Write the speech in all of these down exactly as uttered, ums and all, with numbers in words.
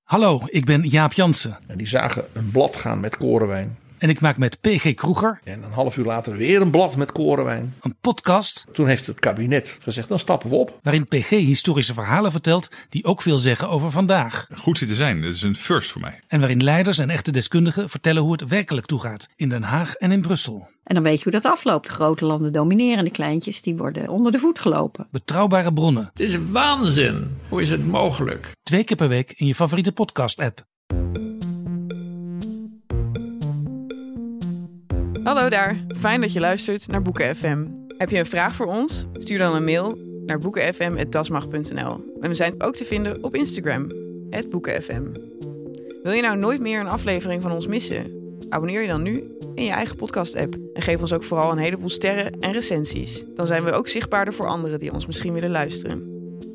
Hallo, ik ben Jaap Jansen. En die zagen een blad gaan met korenwijn. En ik maak met P G Kroeger. En een half uur later weer een blad met korenwijn. Een podcast. Toen heeft het kabinet gezegd, dan stappen we op. Waarin P G historische verhalen vertelt die ook veel zeggen over vandaag. Goed zitten zijn, dat is een first voor mij. En waarin leiders en echte deskundigen vertellen hoe het werkelijk toegaat. In Den Haag en in Brussel. En dan weet je hoe dat afloopt. De grote landen domineren en de kleintjes die worden onder de voet gelopen. Betrouwbare bronnen. Het is waanzin. Hoe is het mogelijk? Twee keer per week in je favoriete podcast-app. Hallo daar, fijn dat je luistert naar Boeken F M. Heb je een vraag voor ons? Stuur dan een mail naar boeken f m at dasmag punt n l. En we zijn ook te vinden op Instagram, at boeken f m. Wil je nou nooit meer een aflevering van ons missen? Abonneer je dan nu in je eigen podcast-app. En geef ons ook vooral een heleboel sterren en recensies. Dan zijn we ook zichtbaarder voor anderen die ons misschien willen luisteren.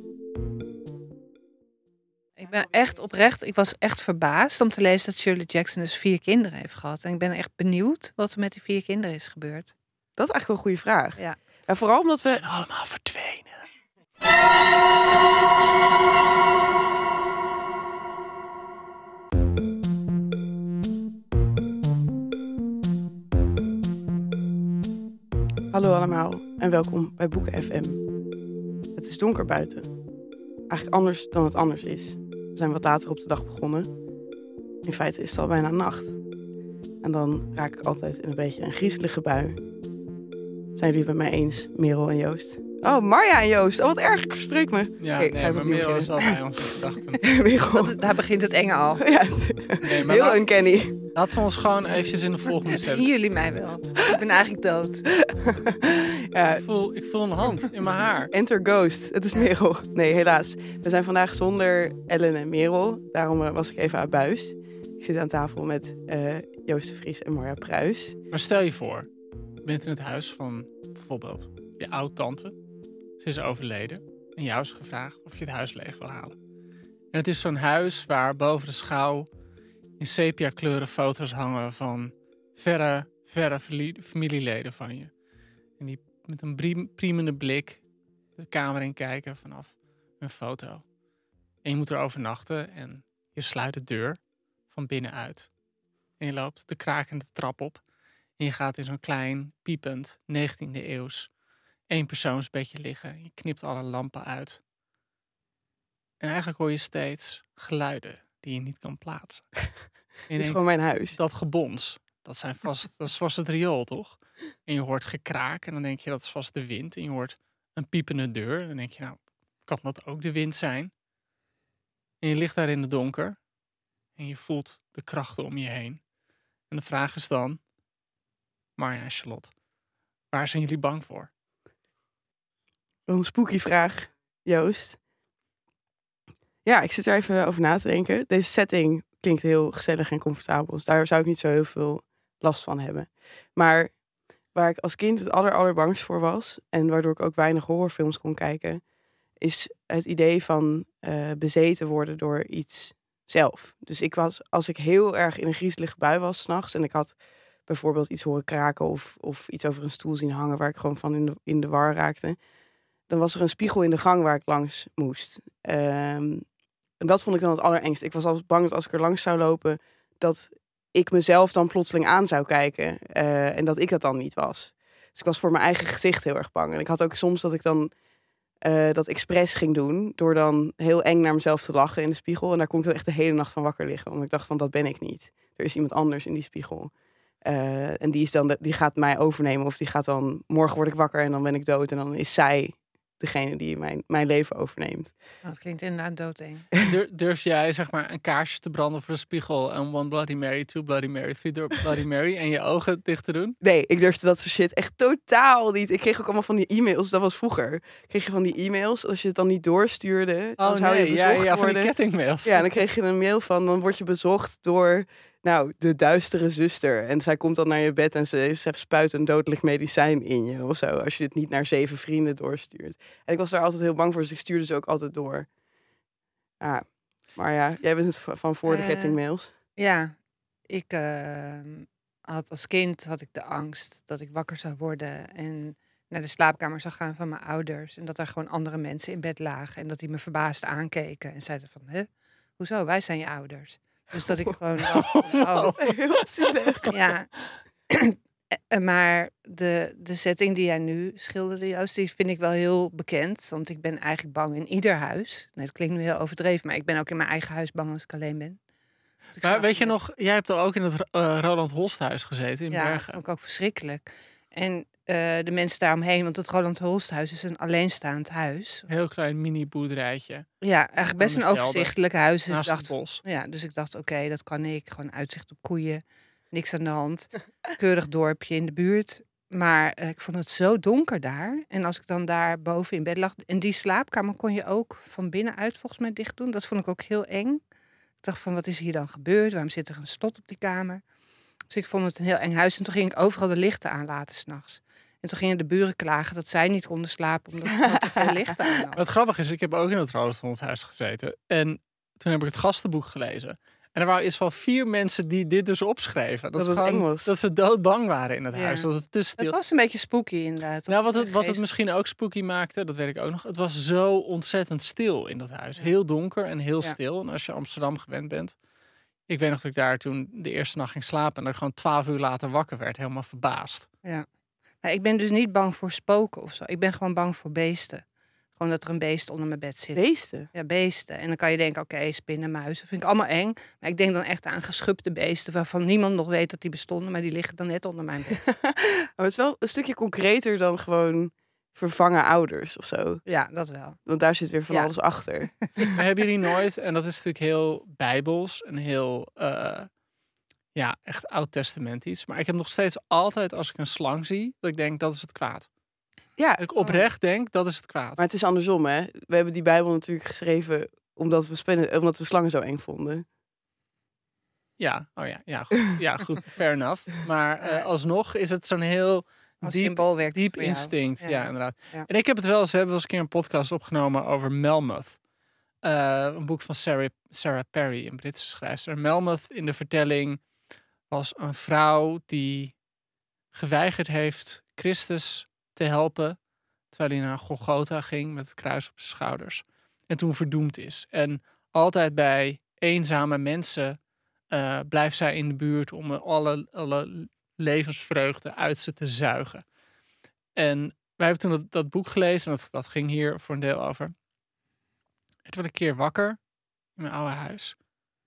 Ik ben echt oprecht, ik was echt verbaasd om te lezen dat Shirley Jackson dus vier kinderen heeft gehad. En ik ben echt benieuwd wat er met die vier kinderen is gebeurd. Dat is eigenlijk wel een goede vraag. Ja. En vooral omdat we... Ze zijn allemaal verdwenen. Hallo allemaal en welkom bij Boeken F M. Het is donker buiten. Eigenlijk anders dan het anders is. We zijn wat later op de dag begonnen. In feite is het al bijna nacht. En dan raak ik altijd in een beetje een griezelige bui. Zijn jullie het met mij eens, Merel en Joost? Oh, Marja en Joost. Oh, wat erg. Ik verspreek me. Ja, Oké, nee, maar Merel is wel bij onze gedachten. Merel. Dat, daar begint het enge al. Ja, het- Nee, maar heel laat- uncanny. Laten we ons gewoon eventjes in de volgende Dat zetten. zien jullie mij wel. Ik ben eigenlijk dood. Ja, Ik voel, ik voel een hand in mijn haar. enter Ghost. Het is Merel. Nee, helaas. We zijn vandaag zonder Ellen en Merel. Daarom eh, was ik even uit buis. Ik zit aan tafel met eh, Joost de Vries en Marja Pruis. Maar stel je voor, je bent in het huis van bijvoorbeeld je oud-tante. Ze is overleden. En jou is gevraagd of je het huis leeg wil halen. En het is zo'n huis waar boven de schouw in sepia kleuren foto's hangen van verre, verre verlie- familieleden van je. En die met een brie- priemende blik de kamer in kijken vanaf een foto. En je moet er overnachten en je sluit de deur van binnenuit. En je loopt de krakende trap op. En je gaat in zo'n klein, piepend, negentiende eeuws eenpersoonsbedje liggen. Je knipt alle lampen uit. En eigenlijk hoor je steeds geluiden die je niet kan plaatsen. En je Dit is denkt, gewoon mijn huis. dat gebons, dat, zijn vast, dat is vast het riool, toch? En je hoort gekraak en dan denk je dat is vast de wind. En je hoort een piepende deur. En dan denk je, nou, kan dat ook de wind zijn? En je ligt daar in het donker. En je voelt de krachten om je heen. En de vraag is dan, Marja en Charlotte, waar zijn jullie bang voor? Een spooky vraag, Joost. Ja, ik zit er even over na te denken. Deze setting klinkt heel gezellig en comfortabel. Dus daar zou ik niet zo heel veel last van hebben. Maar waar ik als kind het aller, allerbangst voor was... en waardoor ik ook weinig horrorfilms kon kijken... is het idee van uh, bezeten worden door iets zelf. Dus ik was, als ik heel erg in een griezelige bui was 's nachts... en ik had bijvoorbeeld iets horen kraken... of, of iets over een stoel zien hangen... waar ik gewoon van in de, in de war raakte... dan was er een spiegel in de gang waar ik langs moest. Um, en dat vond ik dan het allerengst. Ik was altijd bang dat als ik er langs zou lopen... dat ik mezelf dan plotseling aan zou kijken. Uh, en dat ik dat dan niet was. Dus ik was voor mijn eigen gezicht heel erg bang. En ik had ook soms dat ik dan uh, dat expres ging doen... door dan heel eng naar mezelf te lachen in de spiegel. En daar kon ik dan echt de hele nacht van wakker liggen. Omdat ik dacht van, dat ben ik niet. Er is iemand anders in die spiegel. Uh, en die, is dan de, die gaat mij overnemen. Of die gaat dan, morgen word ik wakker en dan ben ik dood. En dan is zij... degene die mijn, mijn leven overneemt. Nou, dat klinkt inderdaad doodeng. Dur- durf jij zeg maar een kaarsje te branden voor de spiegel... en one Bloody Mary, two Bloody Mary, three Bloody Mary... en je ogen dicht te doen? Nee, ik durfde dat soort shit echt totaal niet. Ik kreeg ook allemaal van die e-mails. Dat was vroeger. Kreeg je van die e-mails. Als je het dan niet doorstuurde... dan Oh zou nee, je bezocht ja, ja, van worden. die kettingmails. Ja, dan kreeg je een mail van... dan word je bezocht door... nou, de duistere zuster. En zij komt dan naar je bed en ze, ze spuit een dodelijk medicijn in je of zo. Als je dit niet naar zeven vrienden doorstuurt. En ik was daar altijd heel bang voor, dus ik stuurde ze ook altijd door. Ah, maar ja, jij bent het van voor de Uh, kettingmails. Ja, ik uh, had als kind had ik de angst dat ik wakker zou worden en naar de slaapkamer zou gaan van mijn ouders. En dat er gewoon andere mensen in bed lagen en dat die me verbaasd aankeken en zeiden van, hè, hoezo, wij zijn je ouders. Dus dat ik gewoon dacht, oh, Heel zielig. ja. Maar de, de setting die jij nu schilderde, Joost, die vind ik wel heel bekend. Want ik ben eigenlijk bang in ieder huis. Nee, dat klinkt nu heel overdreven, maar ik ben ook in mijn eigen huis bang als ik alleen ben. Dus ik Maar zag weet je dat- nog, jij hebt er ook in het uh, Roland Holsthuis gezeten in Ja, dat Bergen. vond ik ook verschrikkelijk. En uh, de mensen daaromheen, want het Roland Holsthuis is een alleenstaand huis. Heel klein mini-boerderijtje Ja, eigenlijk best Aan een de velden, overzichtelijk huis. Dus ik naast dacht, het bos. ja, dus ik dacht, oké, okay, dat kan ik. Gewoon uitzicht op koeien, niks aan de hand. Keurig dorpje in de buurt. Maar uh, ik vond het zo donker daar. En als ik dan daar boven in bed lag... En die slaapkamer kon je ook van binnenuit volgens mij dicht doen. Dat vond ik ook heel eng. Ik dacht van, wat is hier dan gebeurd? Waarom zit er een slot op die kamer? Dus ik vond het een heel eng huis. En toen ging ik overal de lichten aanlaten 's nachts. En toen gingen de buren klagen dat zij niet konden slapen... omdat er te veel lichten aan hadden. Wat grappig is, ik heb ook in het Roland Holsthuis gezeten. En toen heb ik het gastenboek gelezen. En er waren eerst wel vier mensen die dit dus opschreven. Dat, Dat ze het gewoon, eng was. dat ze doodbang waren in het Ja. huis. Dat het te stil. Het was een beetje spooky inderdaad. Nou, wat het, wat het Geest- misschien ook spooky maakte, dat weet ik ook nog. Het was zo ontzettend stil in dat huis. Heel donker en heel Ja. stil. En als je Amsterdam gewend bent. Ik weet nog dat ik daar toen de eerste nacht ging slapen. En dat ik gewoon twaalf uur later wakker werd. Helemaal verbaasd. Ja. Maar ik ben dus niet bang voor spoken of zo. Ik ben gewoon bang voor beesten. Gewoon dat er een beest onder mijn bed zit. Beesten. Ja, beesten. En dan kan je denken, oké, okay, spinnen, muizen. Dat vind ik allemaal eng. Maar ik denk dan echt aan geschubde beesten... waarvan niemand nog weet dat die bestonden... maar die liggen dan net onder mijn bed. Maar het is wel een stukje concreter dan gewoon vervangen ouders of zo. Ja, dat wel. Want daar zit weer van Ja. alles achter. Maar hebben jullie nooit, en dat is natuurlijk heel bijbels en heel, uh, ja, echt oud-testamentisch. Maar ik heb nog steeds altijd, als ik een slang zie, dat ik denk, dat is het kwaad. Ja, Dat ik oprecht denk, dat is het kwaad. maar het is andersom, hè. We hebben die Bijbel natuurlijk geschreven omdat we, spinnen, omdat we slangen zo eng vonden. Ja, oh ja, ja, goed, ja, goed, fair enough. Maar uh, alsnog is het zo'n heel Als diep, symbool werkt het diep voor jou. instinct. Ja. Ja. inderdaad. Ja. En ik heb het wel eens, we hebben wel eens een keer een podcast opgenomen over Melmoth. Uh, een boek van Sarah, Sarah Perry, een Britse schrijfster. Melmoth in de vertelling was een vrouw die geweigerd heeft Christus te helpen, terwijl hij naar Golgotha ging met het kruis op zijn schouders. En toen verdoemd is. En altijd bij eenzame mensen uh, blijft zij in de buurt om alle, alle levensvreugde uit ze te zuigen. En wij hebben toen dat, dat boek gelezen, en dat, dat ging hier voor een deel over. En toen werd ik een keer wakker in mijn oude huis.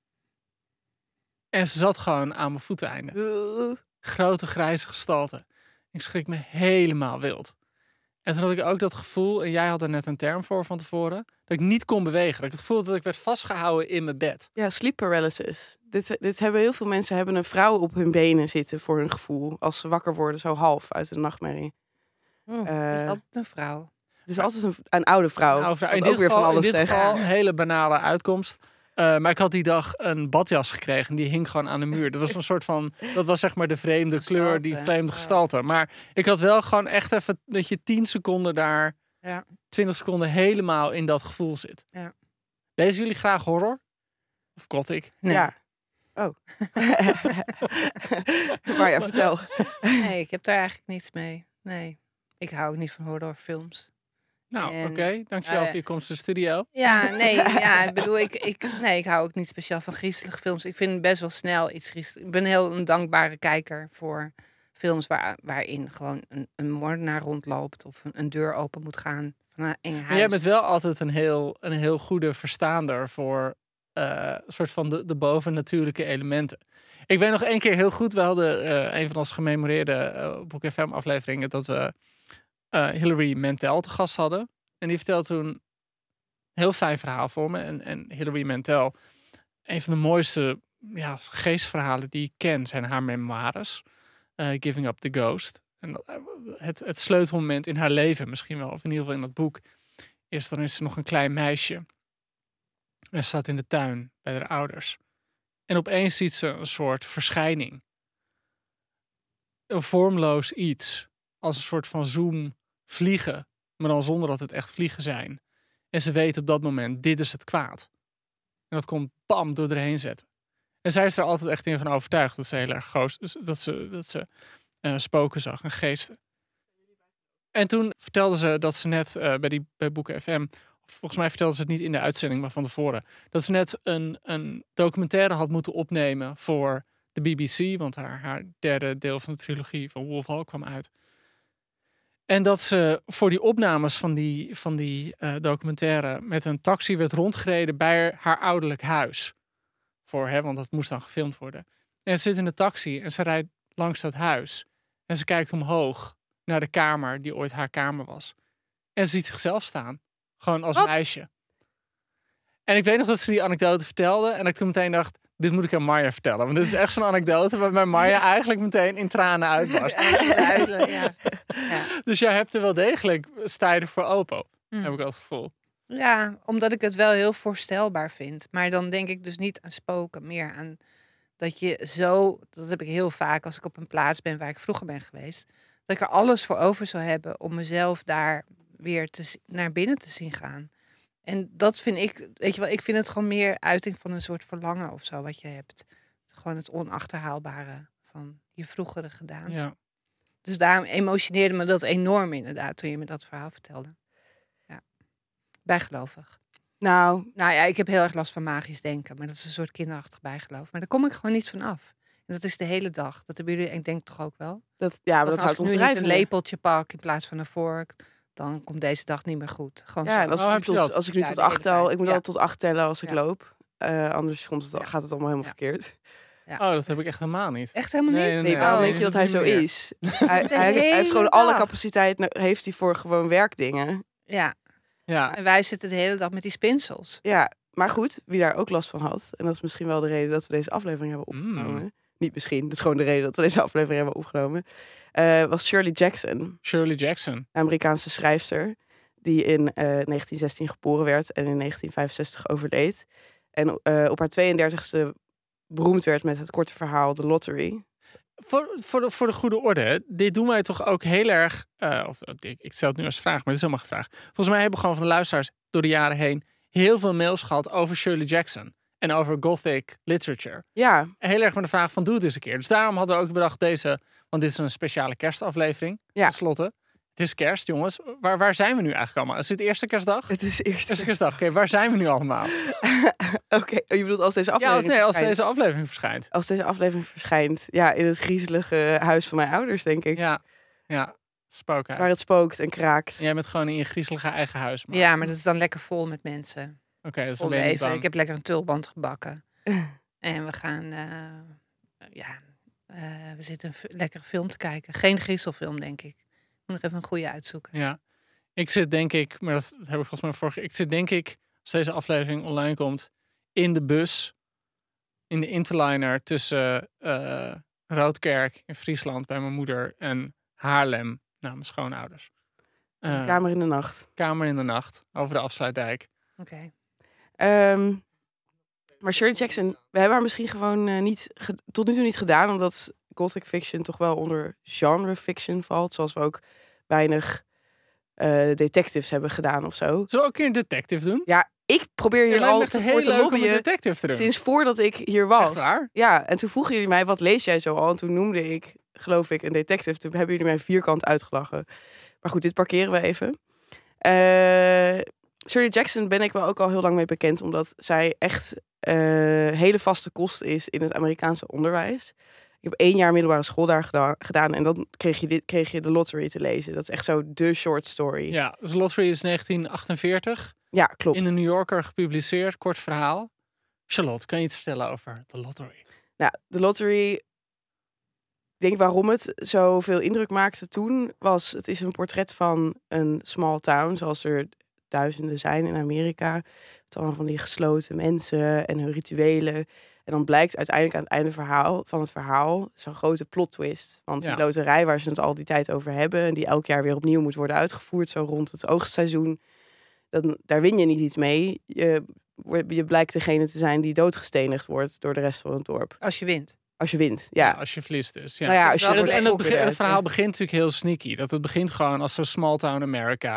En ze zat gewoon aan mijn voeteneinde. Uh, Grote grijze gestalte. Ik schrik me helemaal wild. En toen had ik ook dat gevoel, en jij had er net een term voor van tevoren, dat ik niet kon bewegen. Dat ik het gevoel dat ik werd vastgehouden in mijn bed. ja, sleep paralysis. Dit, dit hebben heel veel mensen hebben een vrouw op hun benen zitten voor hun gevoel. Als ze wakker worden, zo half uit de nachtmerrie. Oh, Uh, is dat een vrouw? Het is altijd een, een oude vrouw. Nou, wat in ook dit weer geval, van alles in dit zegt. geval een hele banale uitkomst. Uh, maar ik had die dag een badjas gekregen. Die hing gewoon aan de muur. Dat was een soort van, dat was zeg maar de vreemde Gestalte. kleur, die vreemde gestalte. Maar ik had wel gewoon echt even dat je tien seconden daar, Ja. twintig seconden helemaal in dat gevoel zit. Ja. Lezen jullie graag horror? Of gothic? Nee. Ja. Oh. maar ja, vertel. Nee, ik heb daar eigenlijk niets mee. Nee, ik hou ook niet van horrorfilms. Nou, En- oké. Okay. Dankjewel uh, voor je komst in de studio. Ja, nee, ja, ik bedoel, ik, ik, nee, ik hou ook niet speciaal van griezelige films. Ik vind best wel snel iets griezelig. Ik ben heel een dankbare kijker voor films waar, waarin gewoon een, een moordenaar rondloopt of een, een deur open moet gaan van een eng huis. Maar jij bent wel altijd een heel, een heel goede verstaander voor uh, een soort van de, de bovennatuurlijke elementen. Ik weet nog één keer heel goed, we hadden uh, een van onze gememoreerde uh, Boek F M afleveringen, dat we uh, Hilary Mantel te gast hadden. En die vertelde toen een heel fijn verhaal voor me. En, en Hilary Mantel, een van de mooiste ja, geestverhalen die ik ken, zijn haar memoires. Uh, Giving Up the Ghost. En dat, het, het sleutelmoment in haar leven misschien wel, of in ieder geval in dat boek, is dan is ze nog een klein meisje. En ze staat in de tuin bij haar ouders. En opeens ziet ze een soort verschijning. Een vormloos iets. Als een soort van zoom vliegen. Maar dan zonder dat het echt vliegen zijn. En ze weet op dat moment, dit is het kwaad. En dat komt bam door erheen zetten. En zij is er altijd echt in van overtuigd dat ze heel erg goos, dat ze, dat ze uh, spoken zag en geesten. En toen vertelde ze dat ze net uh, bij, die, bij Boeken F M volgens mij vertelde ze het niet in de uitzending, maar van tevoren. Dat ze net een, een documentaire had moeten opnemen voor de B B C. Want haar, haar derde deel van de trilogie van Wolf Hall kwam uit. En dat ze voor die opnames van die, van die uh, documentaire met een taxi werd rondgereden bij haar ouderlijk huis. Voor, hè, want dat moest dan gefilmd worden. En ze zit in de taxi en ze rijdt langs dat huis. En ze kijkt omhoog naar de kamer die ooit haar kamer was. En ze ziet zichzelf staan. Gewoon als Wat? meisje. En ik weet nog dat ze die anekdote vertelde. En dat ik toen meteen dacht, dit moet ik aan Marja vertellen. Want dit is echt zo'n anekdote waarbij Marja eigenlijk meteen in tranen uitbarst. Duidelijk, ja. Ja. Dus jij hebt er wel degelijk, sta je er voor open. Mm. Heb ik al het gevoel. Ja, omdat ik het wel heel voorstelbaar vind. Maar dan denk ik dus niet aan spoken, meer aan dat je zo, dat heb ik heel vaak als ik op een plaats ben waar ik vroeger ben geweest, dat ik er alles voor over zou hebben om mezelf daar weer te, naar binnen te zien gaan. En dat vind ik, weet je wel, ik vind het gewoon meer uiting van een soort verlangen of zo wat je hebt. Gewoon het onachterhaalbare van je vroegere gedaan. Ja. Dus daarom emotioneerde me dat enorm inderdaad toen je me dat verhaal vertelde. Ja, bijgelovig. Nou, Nou ja, ik heb heel erg last van magisch denken. Maar dat is een soort kinderachtig bijgeloof. Maar daar kom ik gewoon niet van af. En dat is de hele dag. Dat hebben jullie, ik denk toch ook wel? dat, ja, maar Of dat als houdt ik ons nu niet een drijvende. lepeltje pak in plaats van een vork, dan komt deze dag niet meer goed. Gewoon Ja, zo. en als, Oh, ik, heb nu je tot, dat? als ik nu Ja, tot de hele acht tel, tijd. ik moet Ja. altijd tot acht tellen als ik Ja. loop. Uh, anders komt het, al- Ja. gaat het allemaal helemaal Ja. verkeerd. Oh, dat heb ik echt helemaal niet. Echt helemaal Nee, niet? Nee, nee, waarom oh, denk je dat hij niet zo meer. is? hij, hij, hij hele heeft gewoon alle dag. capaciteit, no- heeft hij voor gewoon werkdingen. Ja, Ja, en wij zitten de hele dag met die spinsels. Ja, maar goed, wie daar ook last van had, en dat is misschien wel de reden dat we deze aflevering hebben opgenomen. Mm. Niet misschien, dat is gewoon de reden dat we deze aflevering hebben opgenomen. uh, was Shirley Jackson, Shirley Jackson. een Amerikaanse schrijfster, die in uh, negentien zestien geboren werd en in negentien vijfenzestig overleed. En uh, op haar tweeëndertigste beroemd werd met het korte verhaal The Lottery. Voor, voor, de, voor de goede orde, hè, dit doen wij toch ook heel erg... Uh, of, ik, ik stel het nu als vraag, maar het is helemaal geen vraag. Volgens mij hebben we gewoon van de luisteraars door de jaren heen heel veel mails gehad over Shirley Jackson. En over gothic literature. Ja, Heel erg met de vraag van doe het eens een keer. Dus daarom hadden we ook bedacht deze... Want dit is een speciale kerstaflevering. Ja. Ten slotte. Het is kerst, jongens. Waar, waar zijn we nu eigenlijk allemaal? Is het de eerste kerstdag? het is eerst. Eerste kerstdag. Oké, waar zijn we nu allemaal? Oké, je bedoelt als deze Ja, aflevering als, nee, als verschijnt. deze aflevering verschijnt. Als deze aflevering verschijnt, ja, in het griezelige huis van mijn ouders, denk ik. Ja, ja. Spookhuis. Waar het spookt en kraakt. Jij bent gewoon in je griezelige eigen huis. Maar... Ja, maar dat is dan lekker vol met mensen. Oké, dat is Vol een beetje even. bang. Ik heb lekker een tulband gebakken. En we gaan, uh, ja, uh, we zitten een f- lekkere film te kijken. Geen griezelfilm, denk ik. Ik moet nog even een goede uitzoeken. Ja. Ik zit denk ik, maar dat heb ik volgens mij vorige ik zit denk ik, als deze aflevering online komt, in de bus, in de interliner tussen uh, Roodkerk in Friesland bij mijn moeder en Haarlem naar mijn schoonouders. Uh, Kamer in de nacht. Kamer in de nacht, over de Afsluitdijk. Oké. Okay. Um, maar Shirley Jackson, we hebben haar misschien gewoon uh, niet ge- tot nu toe niet gedaan, omdat gothic fiction toch wel onder genre fiction valt, zoals we ook weinig uh, detectives hebben gedaan of zo. Zullen we ook een keer een detective doen? Ja, ik probeer hier al te, heel voor te leuk om een lobbyen detective te doen. sinds voordat ik hier was. Echt waar? Ja, en toen vroegen jullie mij, wat lees jij zo al? En toen noemde ik, geloof ik, een detective. Toen hebben jullie mij vierkant uitgelachen. Maar goed, dit parkeren we even. Uh, Shirley Jackson ben ik wel ook al heel lang mee bekend, omdat zij echt uh, hele vaste kost is in het Amerikaanse onderwijs. Ik heb één jaar middelbare school daar geda- gedaan en dan kreeg je, dit, kreeg je The Lottery te lezen. Dat is echt zo de short story. Ja, dus Lottery is negentien achtenveertig. Ja, klopt. In de New Yorker gepubliceerd, kort verhaal. Charlotte, kan je iets vertellen over The Lottery? Nou, The Lottery, ik denk waarom het zoveel indruk maakte toen, was het is een portret van een small town, zoals er duizenden zijn in Amerika. Het allemaal van die gesloten mensen en hun rituelen. En dan blijkt uiteindelijk aan het einde verhaal, van het verhaal zo'n grote plot twist. Want Ja. die loterij waar ze het al die tijd over hebben, en die elk jaar weer opnieuw moet worden uitgevoerd, zo rond het oogstseizoen, dan, daar win je niet iets mee. Je, je blijkt degene te zijn die doodgestenigd wordt door de rest van het dorp. Als je wint. Als je wint, ja. Als je verliest dus. Ja. Nou ja, als je en het, wordt en het, getrokken begin- het eruit, verhaal ja. begint natuurlijk heel sneaky. Dat het begint gewoon als zo'n small town America.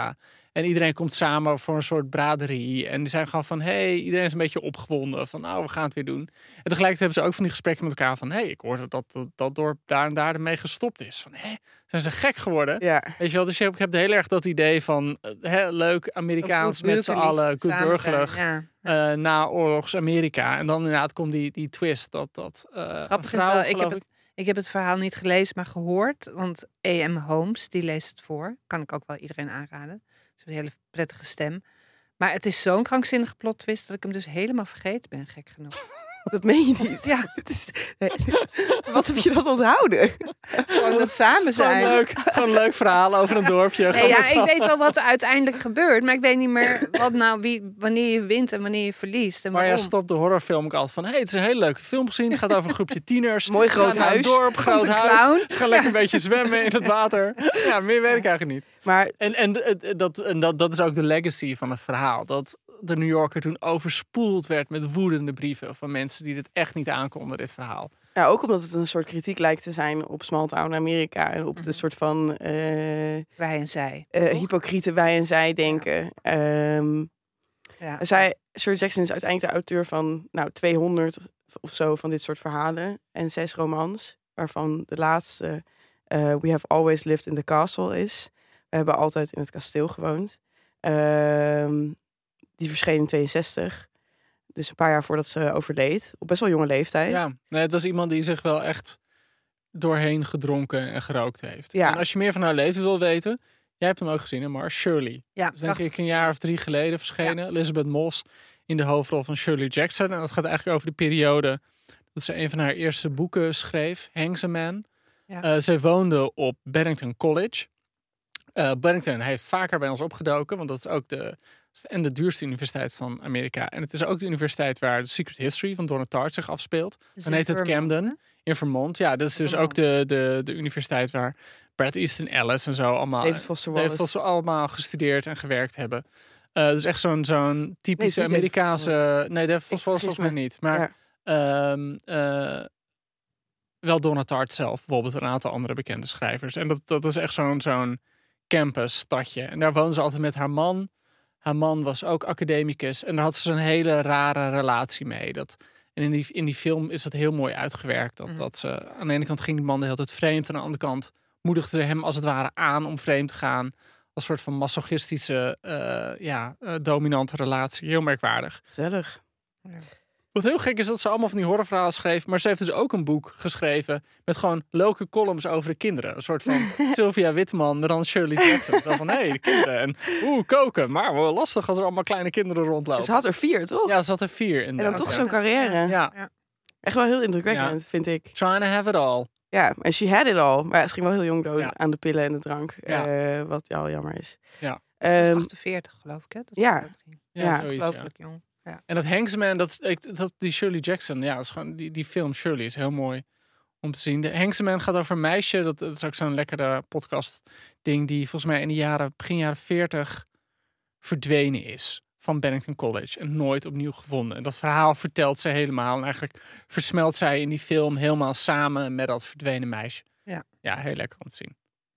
En iedereen komt samen voor een soort braderie. En die zijn gewoon van, hé, hey, iedereen is een beetje opgewonden. Van, nou, we gaan het weer doen. En tegelijkertijd hebben ze ook van die gesprekken met elkaar van, hé, hey, ik hoorde dat, dat dat dorp daar en daar ermee gestopt is. Van, hé, zijn ze gek geworden? Ja. Weet je wel, dus ik heb heel erg dat idee van, hè, leuk Amerikaans met z'n allen, goed burgerlijk. Ja. Uh, naoorlogs Amerika. En dan inderdaad komt die, die twist dat dat uh, Grappig vrouw, is wel, ik, heb ik... het, ik heb het verhaal niet gelezen, maar gehoord. Want A M Holmes, die leest het voor. Kan ik ook wel iedereen aanraden. Ze heeft een hele prettige stem. Maar het is zo'n krankzinnige plot twist dat ik hem dus helemaal vergeten ben, gek genoeg. Dat meen je niet. Ja. Het is, wat heb je dan onthouden? Gewoon dat samen zijn. Gewoon leuk, gewoon een leuk verhaal over een dorpje. Nee, ja, ik weet wel wat er uiteindelijk gebeurt. Maar ik weet niet meer wat nou, wie, wanneer je wint en wanneer je verliest. En maar waarom. ja, stopt de horrorfilm ook altijd van, hé, hey, het is een hele leuke film gezien. Het gaat over een groepje tieners. Mooi groot huis. huis. Dorp, groot een huis. clown. Ze gaan lekker een beetje zwemmen in het water. Ja, meer weet ik eigenlijk niet. Maar En, en, dat, en dat, dat is ook de legacy van het verhaal. Dat de New Yorker toen overspoeld werd met woedende brieven van mensen die dit echt niet aankonden, dit verhaal. ja, ook omdat het een soort kritiek lijkt te zijn op small town Amerika en op de soort van uh, Wij en zij. uh, hypocriete wij en zij denken. Ja. Um, Ja. zij, Shirley Jackson is uiteindelijk de auteur van nou, tweehonderd of zo van dit soort verhalen en zes romans, waarvan de laatste uh, We Have Always Lived in the Castle is. We hebben altijd in het kasteel gewoond. Um, die verscheen in tweeënzestig. Dus een paar jaar voordat ze overleed. Op best wel jonge leeftijd. Ja, nee, het was iemand die zich wel echt doorheen gedronken en gerookt heeft. Ja. En als je meer van haar leven wil weten, jij hebt hem ook gezien, hè, maar Shirley. Ja, Dat is denk ik een jaar of drie geleden verschenen. Ja. Elizabeth Moss in de hoofdrol van Shirley Jackson. En dat gaat eigenlijk over de periode dat ze een van haar eerste boeken schreef, Hangs a Man. Ja. Uh, zij woonde op Barrington College. Uh, Barrington heeft vaker bij ons opgedoken, want dat is ook de en de duurste universiteit van Amerika. En het is ook de universiteit waar de Secret History van Donna Tartt zich afspeelt. Dus dan heet het Camden. Hè? In Vermont. Ja, dat is dus ook de, de, de universiteit waar Bret Easton Ellis en zo allemaal, David Foster Wallace. David Foster allemaal gestudeerd en gewerkt hebben. Uh, dus echt zo'n zo'n typische nee, Amerikaanse... Nee, David Foster Wallace volgens mij niet. Maar ja. um, uh, wel Donna Tartt zelf. Bijvoorbeeld een aantal andere bekende schrijvers. En dat, dat is echt zo'n zo'n campus stadje. En daar woonde ze altijd met haar man. Haar man was ook academicus. En daar had ze een hele rare relatie mee. Dat, en in die, in die film is dat heel mooi uitgewerkt. Dat, mm. dat ze, aan de ene kant ging die man de hele tijd vreemd. En aan de andere kant moedigde ze hem als het ware aan om vreemd te gaan. Als soort van masochistische, uh, ja, uh, dominante relatie. Heel merkwaardig. Gezellig. Ja. Wat heel gek is dat ze allemaal van die horrorverhalen schreef. Maar ze heeft dus ook een boek geschreven met gewoon leuke columns over de kinderen. Een soort van Sylvia Witman, maar dan Shirley Jackson. Zo van, hé, hey, de kinderen. En oeh, koken. Maar wel lastig als er allemaal kleine kinderen rondlopen. Ze had er vier, toch? Ja, ze had er vier. En dan toch ja. zo'n carrière. Ja. ja. Echt wel heel indrukwekkend, ja. vind ik. Trying to have it all. Ja, en she had it all. Maar ja, ze ging wel heel jong dood ja. aan de pillen en de drank. Ja. Uh, wat ja, al jammer is. Ja. Ze was achtenveertig, geloof ik, hè? Dat ja. ging. Ja, ja. zoiets, ongelooflijk ja. jong. Ja. En dat Hanksman, dat, dat, die Shirley Jackson, ja, is gewoon, die, die film Shirley is heel mooi om te zien. De Hanksman gaat over een meisje, dat, dat is ook zo'n lekkere podcast ding, die volgens mij in de jaren, begin jaren veertig verdwenen is van Barrington College en nooit opnieuw gevonden. En dat verhaal vertelt ze helemaal en eigenlijk versmelt zij in die film helemaal samen met dat verdwenen meisje. Ja, ja heel lekker om te zien.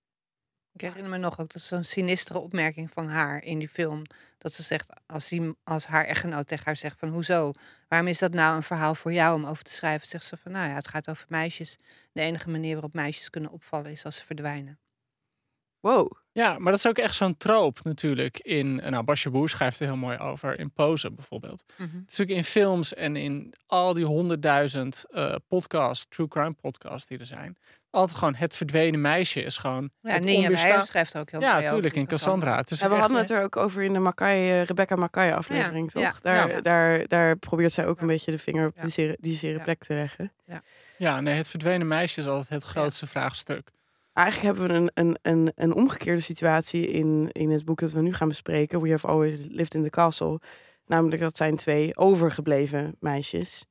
Ik herinner me nog ook, dat is zo'n sinistere opmerking van haar in die film. Dat ze zegt, als, die, als haar echtgenoot tegen haar zegt van, hoezo? Waarom is dat nou een verhaal voor jou om over te schrijven? Zegt ze van, nou ja, het gaat over meisjes. De enige manier waarop meisjes kunnen opvallen is als ze verdwijnen. Wow. Ja, maar dat is ook echt zo'n trope natuurlijk. In, nou, Basje Boer schrijft er heel mooi over in Pose bijvoorbeeld. Mm-hmm. Het is ook in films en in al die honderdduizend uh, podcasts, true crime podcasts die er zijn. Altijd gewoon het verdwenen meisje is gewoon. Ja, Ninja Weijer schrijft er ook heel ja, mooi over. Ja, natuurlijk in Cassandra. Het is ja, we hadden het er ook over in de Mackay, Rebecca Mackay aflevering, ja, toch? Ja, daar, ja. Daar, daar probeert zij ook ja. een beetje de vinger op ja. die zere, die zere ja. plek te leggen. Ja. ja, nee, het verdwenen meisje is altijd het grootste ja. vraagstuk. Eigenlijk hebben we een, een, een, een omgekeerde situatie in, in het boek dat we nu gaan bespreken. We Have Always Lived in the Castle. Namelijk, dat zijn twee overgebleven meisjes.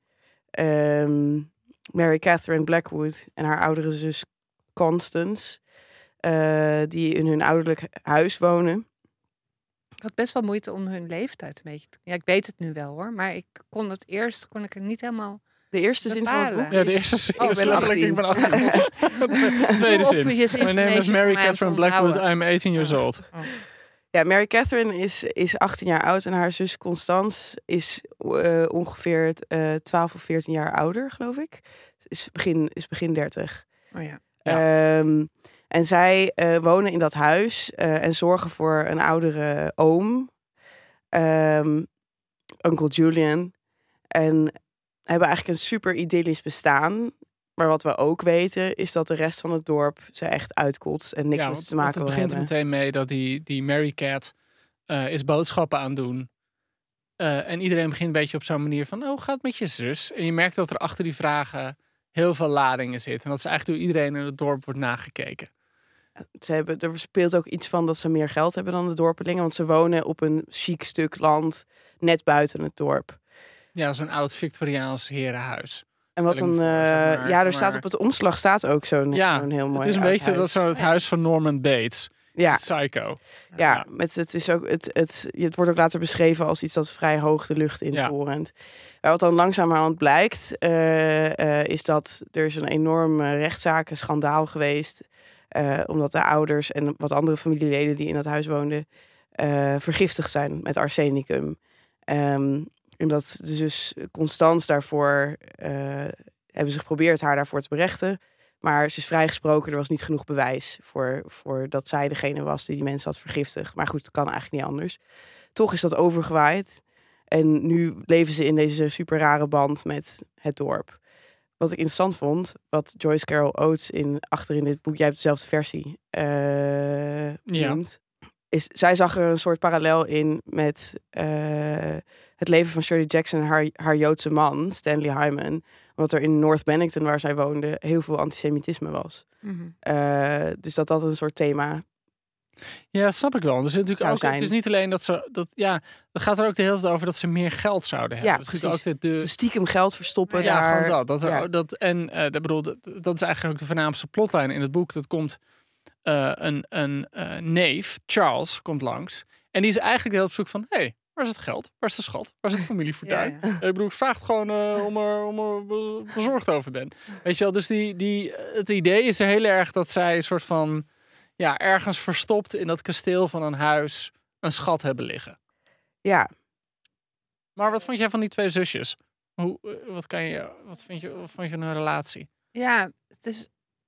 Um, Mary Catherine Blackwood en haar oudere zus Constance. Uh, die in hun ouderlijk huis wonen. Ik had best wel moeite om hun leeftijd een beetje te... Ja, ik weet het nu wel hoor. Maar ik kon het eerst, kon ik er niet helemaal... De eerste zin van het boek? Ja, de eerste zin. Oh, ik ben achttien. Ik ben achttien. De tweede zin. My name is Mary Catherine Blackwood. I'm eighteen years old. Oh. Ja, Mary Catherine is, is achttien jaar oud en haar zus Constance is uh, ongeveer uh, twaalf of veertien jaar ouder, geloof ik. Is begin, is begin dertig. Oh ja. Ja. Um, en zij uh, wonen in dat huis uh, en zorgen voor een oudere oom, um, Uncle Julian. En hebben eigenlijk een super idyllisch bestaan. Maar wat we ook weten is dat de rest van het dorp ze echt uitkotst en niks ja, met ze te maken wil hebben. Het begint er meteen mee dat die, die Mary Cat uh, is boodschappen aan doen. Uh, en iedereen begint een beetje op zo'n manier van, oh, hoe gaat het met je zus? En je merkt dat er achter die vragen heel veel ladingen zitten. En dat is eigenlijk door iedereen in het dorp wordt nagekeken. Ze hebben, er speelt ook iets van dat ze meer geld hebben dan de dorpelingen. Want ze wonen op een chic stuk land net buiten het dorp. Ja, zo'n oud Victoriaans herenhuis. En wat dan, uh, maar, ja, er staat maar... op het omslag staat ook zo'n ja, zo'n heel mooi. Het is een beetje huis. Dat zo het huis van Norman Bates. Ja. Psycho. Ja, ja. Met het is ook het, het, het wordt ook later beschreven als iets dat vrij hoog de lucht intorent. Ja. Wat dan langzamerhand blijkt, uh, uh, is dat er is een enorme rechtszaak, een schandaal geweest, uh, omdat de ouders en wat andere familieleden die in dat huis woonden uh, vergiftigd zijn met arsenicum. Um, En dat dus Constance daarvoor uh, hebben ze geprobeerd haar daarvoor te berechten. Maar ze is vrijgesproken. Er was niet genoeg bewijs voor, voor dat zij degene was die die mensen had vergiftigd. Maar goed, dat kan eigenlijk niet anders. Toch is dat overgewaaid. En nu leven ze in deze super rare band met het dorp. Wat ik interessant vond, wat Joyce Carol Oates in, achter in dit boek, jij hebt dezelfde versie, uh, noemt. Ja. Is, zij zag er een soort parallel in met uh, het leven van Shirley Jackson en haar, haar Joodse man, Stanley Hyman. Omdat er in North Bennington, waar zij woonde, heel veel antisemitisme was. Mm-hmm. Uh, dus dat dat een soort thema... Ja, snap ik wel. Er zit natuurlijk ook, zijn. Het is niet alleen dat ze... Dat, ja, het gaat er ook de hele tijd over dat ze meer geld zouden hebben. Ja, dus precies. Ook de, de... Ze stiekem geld verstoppen ja, daar. Ja, gewoon dat. dat, er, ja. dat en uh, dat, bedoel, dat, dat is eigenlijk ook de voornaamste plotlijn in het boek. Dat komt... Uh, een een uh, neef, Charles, komt langs. En die is eigenlijk heel op zoek van... Hé, hey, waar is het geld? Waar is de schat? Waar is het familiefortuin? Ja, ja. Ik bedoel, ik vraag het gewoon uh, om er, om er bezorgd over ben. Weet je wel, dus die, die, het idee is er heel erg dat zij een soort van... Ja, ergens verstopt in dat kasteel van een huis een schat hebben liggen. Ja. Maar wat vond jij van die twee zusjes? Hoe, wat, kan je, wat, vind je, wat vond je van hun relatie? Ja, het is...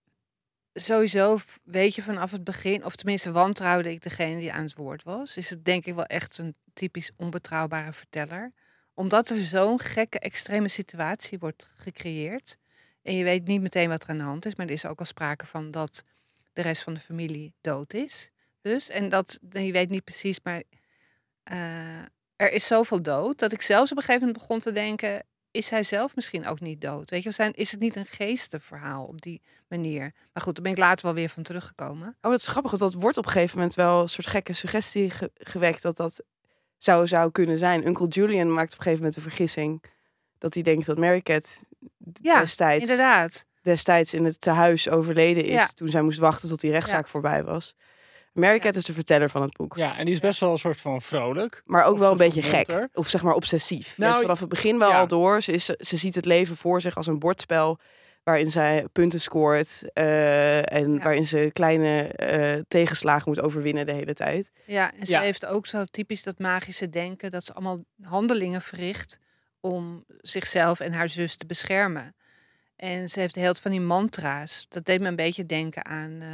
Sowieso weet je vanaf het begin, of tenminste wantrouwde ik degene die aan het woord was. Is het denk ik wel echt een typisch onbetrouwbare verteller. Omdat er zo'n gekke, extreme situatie wordt gecreëerd. En je weet niet meteen wat er aan de hand is. Maar er is ook al sprake van dat de rest van de familie dood is. Dus, en dat, je weet niet precies, maar uh, er is zoveel dood. Dat ik zelfs op een gegeven moment begon te denken... Is zij zelf misschien ook niet dood? Weet je, zijn, is het niet een geestenverhaal op die manier? Maar goed, daar ben ik later wel weer van teruggekomen. Oh, dat is grappig. Dat wordt op een gegeven moment wel een soort gekke suggestie ge- gewekt dat dat zou, zou kunnen zijn. Uncle Julian maakt op een gegeven moment een vergissing. Dat hij denkt dat Mary Cat ja, destijds, inderdaad. destijds in het tehuis overleden is. Ja. Toen zij moest wachten tot die rechtszaak ja. voorbij was. Mary Cat ja. is de verteller van het boek. Ja, en die is best wel een soort van vrolijk. Maar ook wel een beetje monter. gek. Of zeg maar obsessief. Nou, dus vanaf het begin wel ja. al door. Ze, is, ze ziet het leven voor zich als een bordspel... waarin zij punten scoort... Uh, en ja. waarin ze kleine uh, tegenslagen moet overwinnen de hele tijd. Ja, en ze ja. heeft ook zo typisch dat magische denken... dat ze allemaal handelingen verricht... om zichzelf en haar zus te beschermen. En ze heeft heel veel van die mantra's. Dat deed me een beetje denken aan... Uh,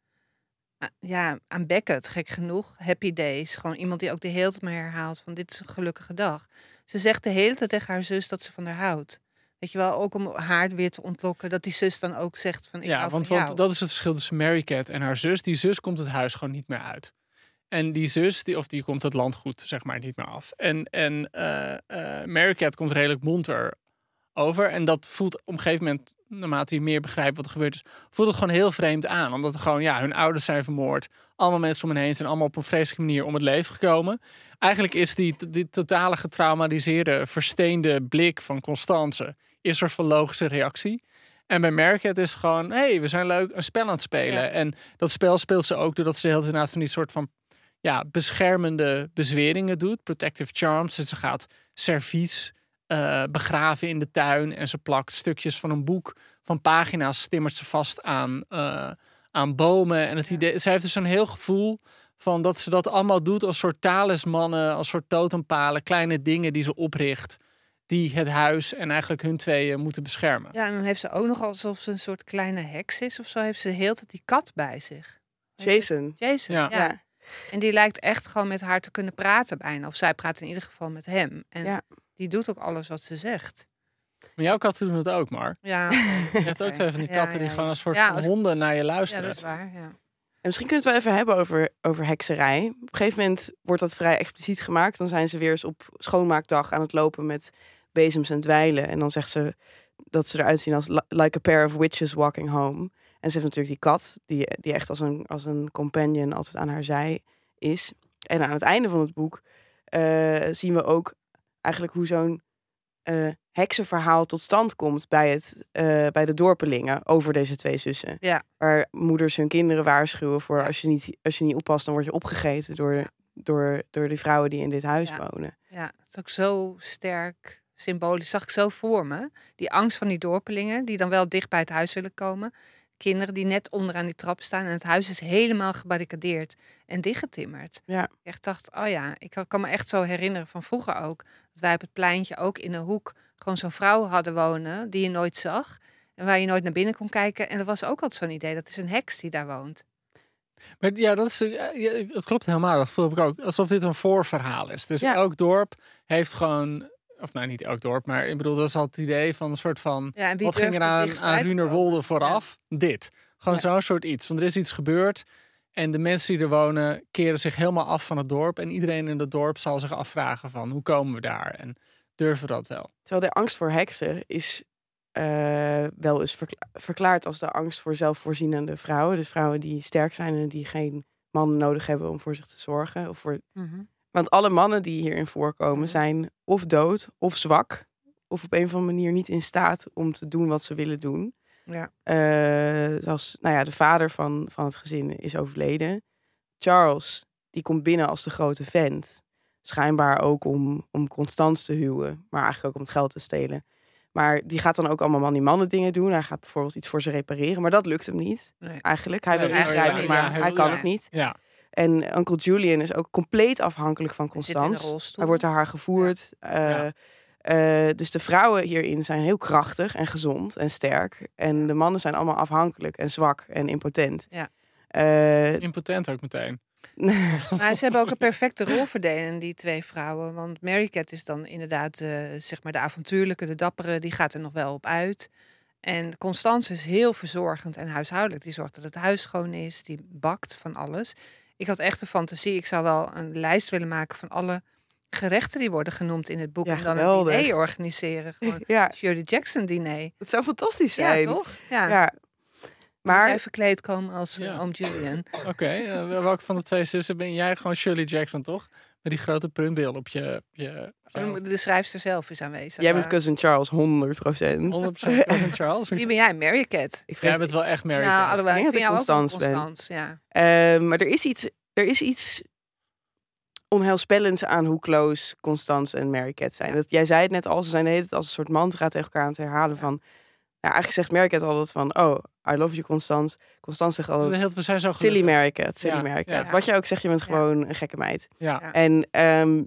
Ja, aan Beckett, gek genoeg. Happy Days. Gewoon iemand die ook de hele tijd maar herhaalt van dit is een gelukkige dag. Ze zegt de hele tijd tegen haar zus dat ze van haar houdt. Weet je wel, ook om haar weer te ontlokken. Dat die zus dan ook zegt van ik ja, hou want, van jou. want dat is het verschil tussen Mary Cat en haar zus. Die zus komt het huis gewoon niet meer uit. En die zus, die, of die komt het landgoed zeg maar niet meer af. En, en uh, uh, Mary Cat komt redelijk monter over. En dat voelt op een gegeven moment... naarmate je meer begrijpt wat er gebeurd is, voelt het gewoon heel vreemd aan. Omdat er gewoon, ja, hun ouders zijn vermoord. Allemaal mensen om hen heen zijn allemaal op een vreselijke manier om het leven gekomen. Eigenlijk is die, die totale getraumatiseerde, versteende blik van Constance een soort van logische reactie. En bij Mary Cat is het gewoon, hé, hey, we zijn leuk een spel aan het spelen. Ja. En dat spel speelt ze ook doordat ze heel inderdaad van die soort van ja, beschermende bezweringen doet. Protective charms. En ze gaat servies Uh, begraven in de tuin en ze plakt stukjes van een boek van pagina's, timmert ze vast aan, uh, aan bomen. En het idee, zij heeft dus zo'n heel gevoel Van dat ze dat allemaal doet als soort talismannen, als soort totempalen, kleine dingen die ze opricht, die het huis en eigenlijk hun tweeën moeten beschermen. Ja, en dan heeft ze ook nog alsof ze een soort kleine heks is of zo, heeft ze de hele tijd die kat bij zich. Jason. Jason, Ja. ja. Ja. En die lijkt echt gewoon met haar te kunnen praten bijna. Of zij praat in ieder geval met hem. En Ja. die doet ook alles wat ze zegt. Maar jouw katten doen het ook, maar. Ja. Je hebt ook twee van die Ja, katten ja, die ja. gewoon als soort Ja, van als- honden naar je Ja, luisteren. dat is waar. Ja. En misschien kunnen we het wel even hebben over, over hekserij. Op een gegeven moment wordt dat vrij expliciet gemaakt. Dan zijn ze weer eens op schoonmaakdag aan het lopen met bezems en dweilen. En dan zegt ze dat ze eruit zien als li- like a pair of witches walking home. En ze heeft natuurlijk die kat, die, die echt als een, als een companion altijd aan haar zij is. En aan het einde van het boek eh, zien we ook eigenlijk hoe zo'n eh, heksenverhaal tot stand komt bij, het, eh, bij de dorpelingen over deze twee zussen. Ja. Waar moeders hun kinderen waarschuwen voor Ja. als je niet, als je niet oppast, dan word je opgegeten door, door, door die vrouwen die in dit huis Ja. wonen. Ja, het is ook zo sterk symbolisch. Zag ik zo voor me. Die angst van die dorpelingen die dan wel dicht bij het huis willen komen. Kinderen die net onderaan die trap staan en het huis is helemaal gebarricadeerd en dichtgetimmerd. Ja. Ik echt dacht, oh ja, ik kan me echt zo herinneren van vroeger ook. Dat wij op het pleintje ook in een hoek gewoon zo'n vrouw hadden wonen die je nooit zag. En waar je nooit naar binnen kon kijken. En dat was ook altijd zo'n idee. Dat is een heks die daar woont. Maar ja, dat is, eh, ja, het klopt helemaal. Dat voel ik ook. Alsof dit een voorverhaal is. Dus Ja. elk dorp heeft gewoon, of nou niet elk dorp, maar ik bedoel, dat is altijd het idee van een soort van, Ja, en wie wat ging durft er het aan, dichtstbij aan te Ruinerwolde komen? vooraf? Dit. Gewoon Ja. zo'n soort iets. Want er is iets gebeurd en de mensen die er wonen keren zich helemaal af van het dorp. En iedereen in het dorp zal zich afvragen van, hoe komen we daar? En durven we dat wel? Terwijl de angst voor heksen is eh, wel eens verkla- verklaard als de angst voor zelfvoorzienende vrouwen. Dus vrouwen die sterk zijn en die geen man nodig hebben om voor zich te zorgen. Of voor... Want alle mannen die hierin voorkomen Mhm. zijn of dood of zwak. Of op een of andere manier niet in staat om te doen wat ze willen doen. Ja. Eh, zoals, nou ja, de vader van, van het gezin is overleden. Charles, die komt binnen als de grote vent. Schijnbaar ook om, om Constance te huwen. Maar eigenlijk ook om het geld te stelen. Maar die gaat dan ook allemaal man-die-mannen dingen doen. Hij gaat bijvoorbeeld iets voor ze repareren. Maar dat lukt hem niet, Nee. eigenlijk. Hij wil Nee, ingrijpen, eigenlijk maar niet. hij, Ja, hij kan wil- het niet. Ja. En Uncle Julian is ook compleet afhankelijk van Hij zit in een Constance. rolstoel. Hij wordt door haar gevoerd. Eh, Ja. eh, dus de vrouwen hierin zijn heel krachtig en gezond en sterk. En de mannen zijn allemaal afhankelijk en zwak en impotent. Ja. Eh, Impotent ook meteen. Maar ze hebben ook een perfecte rolverdeling, die twee vrouwen. Want Mary Cat is dan inderdaad eh, zeg maar de avontuurlijke, de dappere. Die gaat er nog wel op uit. En Constance is heel verzorgend en huishoudelijk. Die zorgt dat het huis schoon is. Die bakt van alles. Ik had echt een fantasie. Ik zou wel een lijst willen maken van alle gerechten die worden genoemd in het boek. Ja, en dan geweldig. een diner organiseren. Gewoon ja, Shirley Jackson diner. het zou fantastisch zijn. Ja, toch? Ja. Ja. Maar Maar jij verkleed komen als eh, Ja. oom Julian. Oké, eh, welke van de twee zussen ben jij? Gewoon Shirley Jackson, toch? Met die grote puntbril op je... je Oh, de schrijfster zelf is aanwezig. jij bent Maar cousin Charles, honderd procent. honderd procent Cousin Charles. Wie ben jij? Mary Cat. Ik vrees, Jij bent wel echt Mary Nou, Cat. alhoewel, Ik ik denk vind dat jou ik ook wel Constance ben. Constance, ja. Eh, maar er is iets, er is iets onheilspellends aan hoe close Constance en Mary Cat zijn. Dat, jij zei het net al, ze zijn de hele tijd als een soort mantra tegen elkaar aan het herhalen van... Ja, eigenlijk zegt Mary Cat altijd van, oh, I love you Constance. Constance zegt altijd, We zijn zo silly gelukkig. Mary Cat, silly Ja, Mary Cat. ja. Wat je ook zegt, je bent Ja. gewoon een gekke meid. Ja. Ja. En ehm,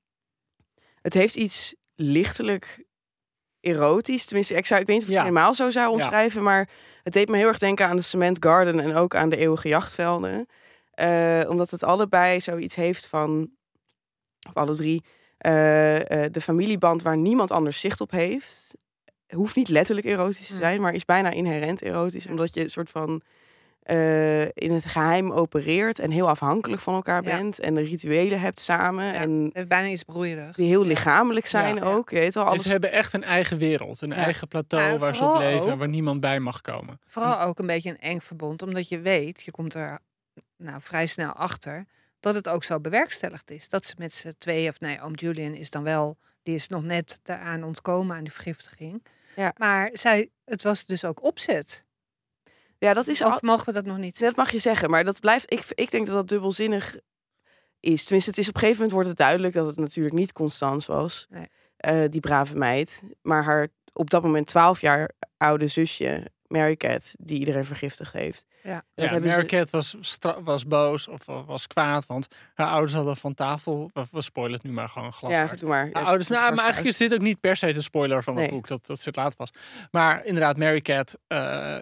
het heeft iets lichtelijk erotisch. Tenminste, ik, zou, ik weet niet of ik het Ja. helemaal zo zou omschrijven. Maar het deed me heel erg denken aan de Cement Garden en ook aan de eeuwige jachtvelden. Eh, omdat het allebei zoiets heeft van, of alle drie, eh, eh, de familieband waar niemand anders zicht op heeft. Hoeft niet letterlijk erotisch te Mm. zijn, maar is bijna inherent erotisch. Omdat je een soort van eh, in het geheim opereert en heel afhankelijk van elkaar Ja. bent. En de rituelen hebt samen. Ja, En het heeft bijna iets broeierigs. die heel Ja. lichamelijk zijn Ja. ook. Je weet wel, En alles. ze hebben echt een eigen wereld. Een Ja. eigen plateau Ja, waar ze op vooral leven. ook- Waar niemand bij mag komen. Vooral ook een beetje een eng verbond, omdat je weet, je komt er nou vrij snel achter, dat het ook zo bewerkstelligd is. Dat ze met z'n tweeën, of nee, oom Julian is dan wel, die is nog net daaraan ontkomen aan die vergiftiging. Ja. Maar zij, het was dus ook opzet. Ja, dat is al, Of mogen we dat nog niet dat mag je zeggen. Maar dat blijft. Ik, ik denk dat dat dubbelzinnig is. Tenminste, het is op een gegeven moment wordt het duidelijk dat het natuurlijk niet Constance was. Nee. eh, die brave meid. Maar haar op dat moment twaalf jaar oude zusje, Mary Cat die iedereen vergiftigd heeft. Ja. Dat Ja, hebben Mary ze- Cat was, stra- was boos of wa- was kwaad, want haar ouders hadden van tafel... We, we spoilen het nu maar gewoon glas. Ja, doe maar. Haar ouders, nou, maar eigenlijk is dit ook niet per se de spoiler van het Nee. boek. Dat, dat zit later pas. Maar inderdaad, Mary Cat uh,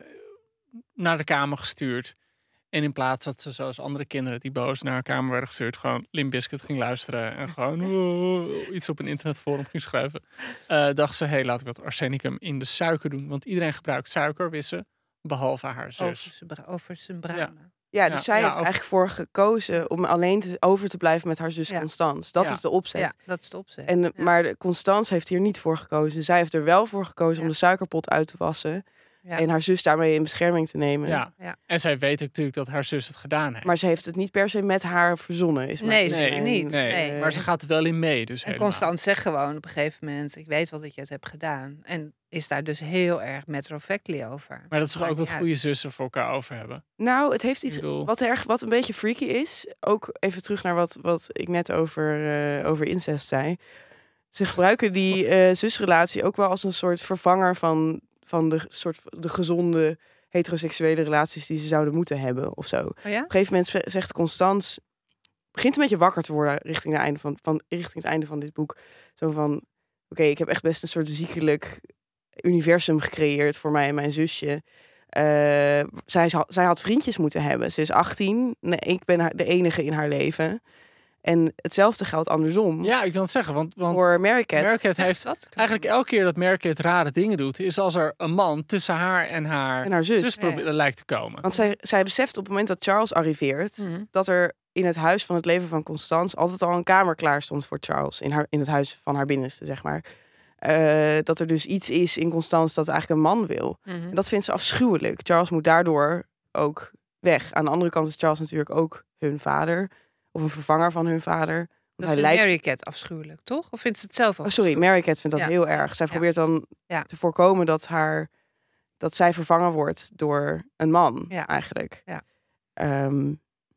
naar de kamer gestuurd. En in plaats dat ze zoals andere kinderen die boos naar haar kamer werden gestuurd... gewoon Limp Bizkit ging luisteren en gewoon oh, iets op een internetforum ging schrijven. Uh, dacht ze, hé, hey, laat ik wat arsenicum in de suiker doen. Want iedereen gebruikt suiker, wist ze, behalve haar zus. Over zijn, bra- over zijn bramen. Ja, dus Ja, zij ja, heeft over- eigenlijk voor gekozen om alleen te, over te blijven met haar zus Ja. Constance. Dat Ja. is de opzet. Ja, dat is de opzet. En, ja. Maar de Constance heeft hier niet voor gekozen. Zij heeft er wel voor gekozen Ja. om de suikerpot uit te wassen. Ja. En haar zus daarmee in bescherming te nemen. Ja. Ja. En zij weet ook natuurlijk dat haar zus het gedaan heeft. Maar ze heeft het niet per se met haar verzonnen. Is Nee, maar, zeker niet. Nee, Nee. maar ze gaat er wel in mee. Dus En helemaal. Constant zegt gewoon op een gegeven moment... ik weet wel dat je het hebt gedaan. En is daar dus heel erg matter of factly over. Maar dat is toch ook Maakt wat niet goede zussen voor elkaar over hebben. Nou, het heeft iets Ik bedoel- wat erg, wat een beetje freaky is. Ook even terug naar wat, wat ik net over, uh, over incest zei. Ze gebruiken die uh, zusrelatie ook wel als een soort vervanger van, van de soort de gezonde heteroseksuele relaties die ze zouden moeten hebben of zo. Oh ja? Op een gegeven moment ze- zegt Constance, begint een beetje wakker te worden richting, de einde van, van, richting het einde van dit boek. Zo van, oké, okay, ik heb echt best een soort ziekelijk universum gecreëerd voor mij en mijn zusje. Uh, zij, zij had vriendjes moeten hebben. Ze is achttien. Nee, ik ben haar, de enige in haar leven. En hetzelfde geldt andersom. Ja, ik wil het zeggen. Want, want voor Mary Cat. Mary Cat heeft dat? eigenlijk elke keer dat Mary Cat rare dingen doet... is als er een man tussen haar en haar, En haar zus. zus probeert- Ja. lijkt te komen. Want zij, zij beseft op het moment dat Charles arriveert... Mhm. dat er in het huis van het leven van Constance... altijd al een kamer klaar stond voor Charles. In, haar, in het huis van haar binnenste, zeg maar. Uh, dat er dus iets is in Constance dat eigenlijk een man wil. Mhm. En dat vindt ze afschuwelijk. Charles moet daardoor ook weg. Aan de andere kant is Charles natuurlijk ook hun vader. Of een vervanger van hun vader. Want Dat hij vindt lijkt... Mary Cat afschuwelijk, toch? Of vindt ze het zelf ook? Oh, sorry, Mary Cat vindt dat Ja. heel erg. Zij Ja. probeert dan Ja. te voorkomen dat, haar, dat zij vervangen wordt door een man, Ja. eigenlijk. Ja. Um,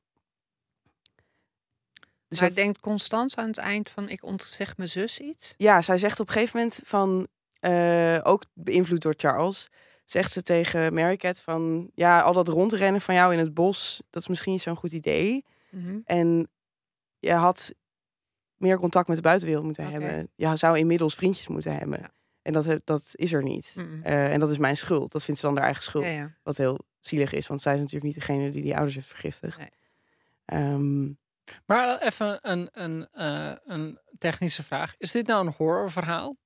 dus Maar dat- denkt Constance aan het eind van... ik ontzeg mijn zus iets? Ja, zij zegt op een gegeven moment van... Uh, ook beïnvloed door Charles... zegt ze tegen Mary Cat van... ja, al dat rondrennen van jou in het bos... dat is misschien niet zo'n goed idee. Mhm. En je had meer contact met de buitenwereld moeten Oké. hebben. Je zou inmiddels vriendjes moeten hebben. Ja. En dat, dat is er niet. Mhm. Uh, en dat is mijn schuld. Dat vindt ze dan haar eigen schuld. Ja, ja. Wat heel zielig is, want zij is natuurlijk niet degene die die ouders heeft vergiftigd. Nee. Um, Maar even een, een, uh, een technische vraag. Is dit nou een horrorverhaal?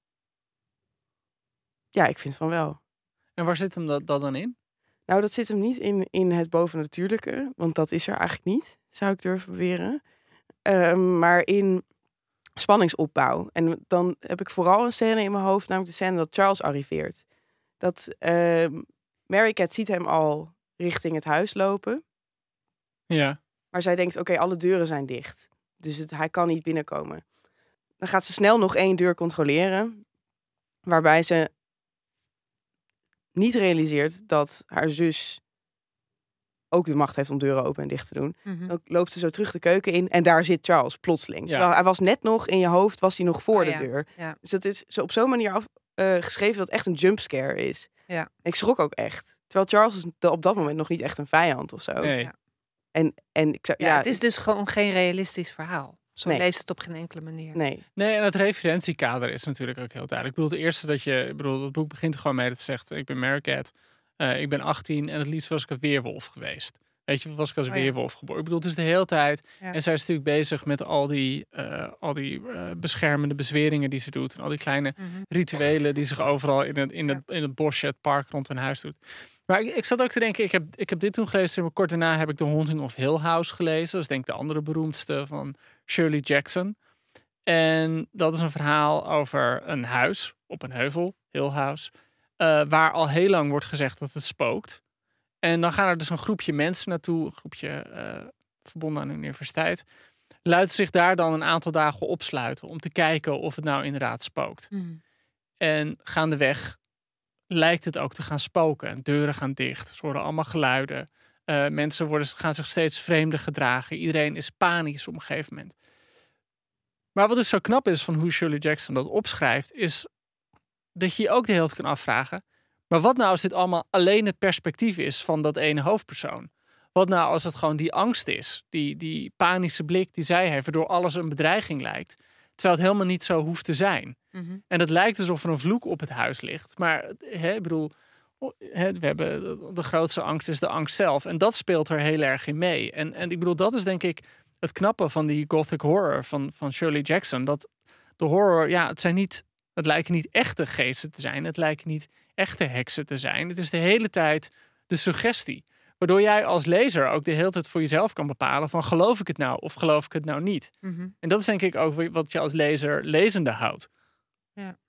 ja, ik vind van wel. En waar zit hem dat, dat dan in? Nou, dat zit hem niet in, in het bovennatuurlijke, want dat is er eigenlijk niet, zou ik durven beweren. Um, maar in spanningsopbouw. En dan heb ik vooral een scène in mijn hoofd, namelijk de scène dat Charles arriveert. Dat um, Mary Cat ziet hem al richting het huis lopen. Ja. Maar zij denkt, oké, okay, alle deuren zijn dicht. Dus het, hij kan niet binnenkomen. Dan gaat ze snel nog één deur controleren. Waarbij ze niet realiseert dat haar zus ook de macht heeft om deuren open en dicht te doen. Mhm. Dan loopt ze zo terug de keuken in en daar zit Charles plotseling. Ja. Terwijl hij was net nog in je hoofd, was hij nog voor Oh, de ja. deur. Ja. Dus dat is zo op zo'n manier af, uh, geschreven dat het echt een jumpscare is. Ja. En ik schrok ook echt. Terwijl Charles is op dat moment nog niet echt een vijand of zo. Nee. Ja. En, en ik zou, Ja, ja, het is dus gewoon geen realistisch verhaal. Zo Nee. leest het op geen enkele manier. nee. Nee, en het referentiekader is natuurlijk ook heel duidelijk. Ik bedoel, het eerste dat je... Ik bedoel, het boek begint gewoon mee dat het zegt... Ik ben Mary Cat, uh, ik ben achttien en het liefst was ik een weerwolf geweest. Weet je, was ik als Oh ja. weerwolf geboren. Ik bedoel, het is de hele tijd... Ja. En zij is natuurlijk bezig met al die, uh, al die uh, beschermende bezweringen die ze doet. En al die kleine Mhm. rituelen die zich overal in het, in het, in het bosje, het park rond hun huis doet. Maar ik, ik zat ook te denken, ik heb, ik heb dit toen gelezen. Maar kort daarna heb ik The Haunting of Hill House gelezen. Dat is denk ik de andere beroemdste van Shirley Jackson. En dat is een verhaal over een huis op een heuvel, Hill House. Uh, waar al heel lang wordt gezegd dat het spookt. En dan gaan er dus een groepje mensen naartoe. Een groepje uh, verbonden aan de universiteit. Luiden zich daar dan een aantal dagen opsluiten. Om te kijken of het nou inderdaad spookt. Mhm. En gaandeweg lijkt het ook te gaan spoken. En deuren gaan dicht. Er worden allemaal geluiden. Uh, mensen worden, gaan zich steeds vreemder gedragen. Iedereen is panisch op een gegeven moment. Maar wat dus zo knap is van hoe Shirley Jackson dat opschrijft... is dat je je ook de hele tijd kan afvragen... Maar wat nou als dit allemaal alleen het perspectief is van dat ene hoofdpersoon? Wat nou als het gewoon die angst is, die, die panische blik die zij heeft, waardoor alles een bedreiging lijkt, terwijl het helemaal niet zo hoeft te zijn. Mhm. En het lijkt alsof er een vloek op het huis ligt. Maar hè, ik bedoel, hè, we hebben de grootste angst is de angst zelf. En dat speelt er heel erg in mee. En, en ik bedoel, dat is denk ik het knappe van die gothic horror van, van Shirley Jackson. Dat de horror, ja, het zijn niet, het lijken niet echte geesten te zijn. Het lijken niet echte heksen te zijn. Het is de hele tijd de suggestie. Waardoor jij als lezer ook de hele tijd voor jezelf kan bepalen van geloof ik het nou of geloof ik het nou niet. Mhm. En dat is denk ik ook wat je als lezer lezende houdt. Ja.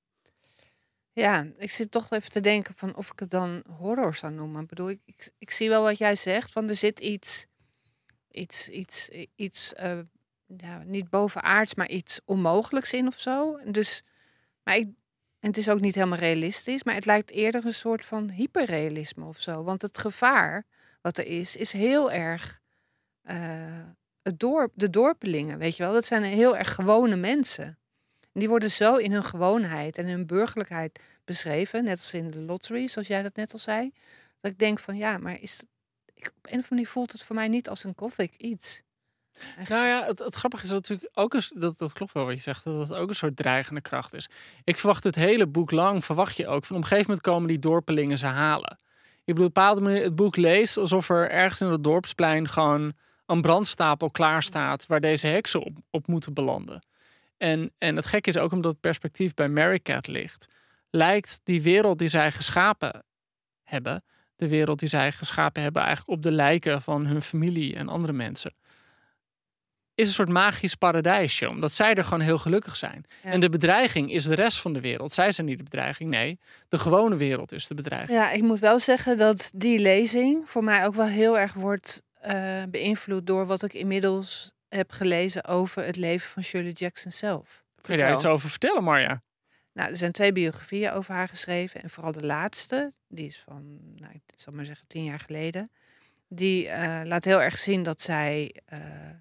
Ja, ik zit toch even te denken van of ik het dan horror zou noemen. Ik bedoel, ik, ik, ik zie wel wat jij zegt, van er zit iets, iets, iets, iets uh, ja, niet bovenaards, maar iets onmogelijks in of zo. En dus, maar ik, en het is ook niet helemaal realistisch, maar het lijkt eerder een soort van hyperrealisme of zo. Want het gevaar wat er is, is heel erg uh, het dorp, de dorpelingen, weet je wel. Dat zijn heel erg gewone mensen. En die worden zo in hun gewoonheid en hun burgerlijkheid beschreven, net als in de Lottery, zoals jij dat net al zei. Dat ik denk van ja, maar is het, ik, op een of andere manier voelt het voor mij niet als een gothic iets. Eigenlijk. Nou ja, het, het grappige is natuurlijk ook eens, dat, dat klopt wel wat je zegt, dat het ook een soort dreigende kracht is. Ik verwacht het hele boek lang, verwacht je ook, van op een gegeven moment komen die dorpelingen ze halen. Ik bedoel, op een bepaalde manier het boek leest alsof er ergens in het dorpsplein gewoon een brandstapel klaar staat waar deze heksen op, op moeten belanden. En, en het gekke is ook omdat het perspectief bij Mary Cat ligt, lijkt die wereld die zij geschapen hebben, de wereld die zij geschapen hebben eigenlijk op de lijken van hun familie en andere mensen, is een soort magisch paradijsje, omdat zij er gewoon heel gelukkig zijn. Ja. En de bedreiging is de rest van de wereld. Zij zijn niet de bedreiging, nee. De gewone wereld is de bedreiging. Ja, ik moet wel zeggen dat die lezing voor mij ook wel heel erg wordt uh, beïnvloed door wat ik inmiddels heb gelezen over het leven van Shirley Jackson zelf. Kun je daar iets over vertellen, Marja? Nou, er zijn twee biografieën over haar geschreven. En vooral de laatste, die is van, nou, ik zal maar zeggen, tien jaar geleden. Die uh, laat heel erg zien dat zij uh,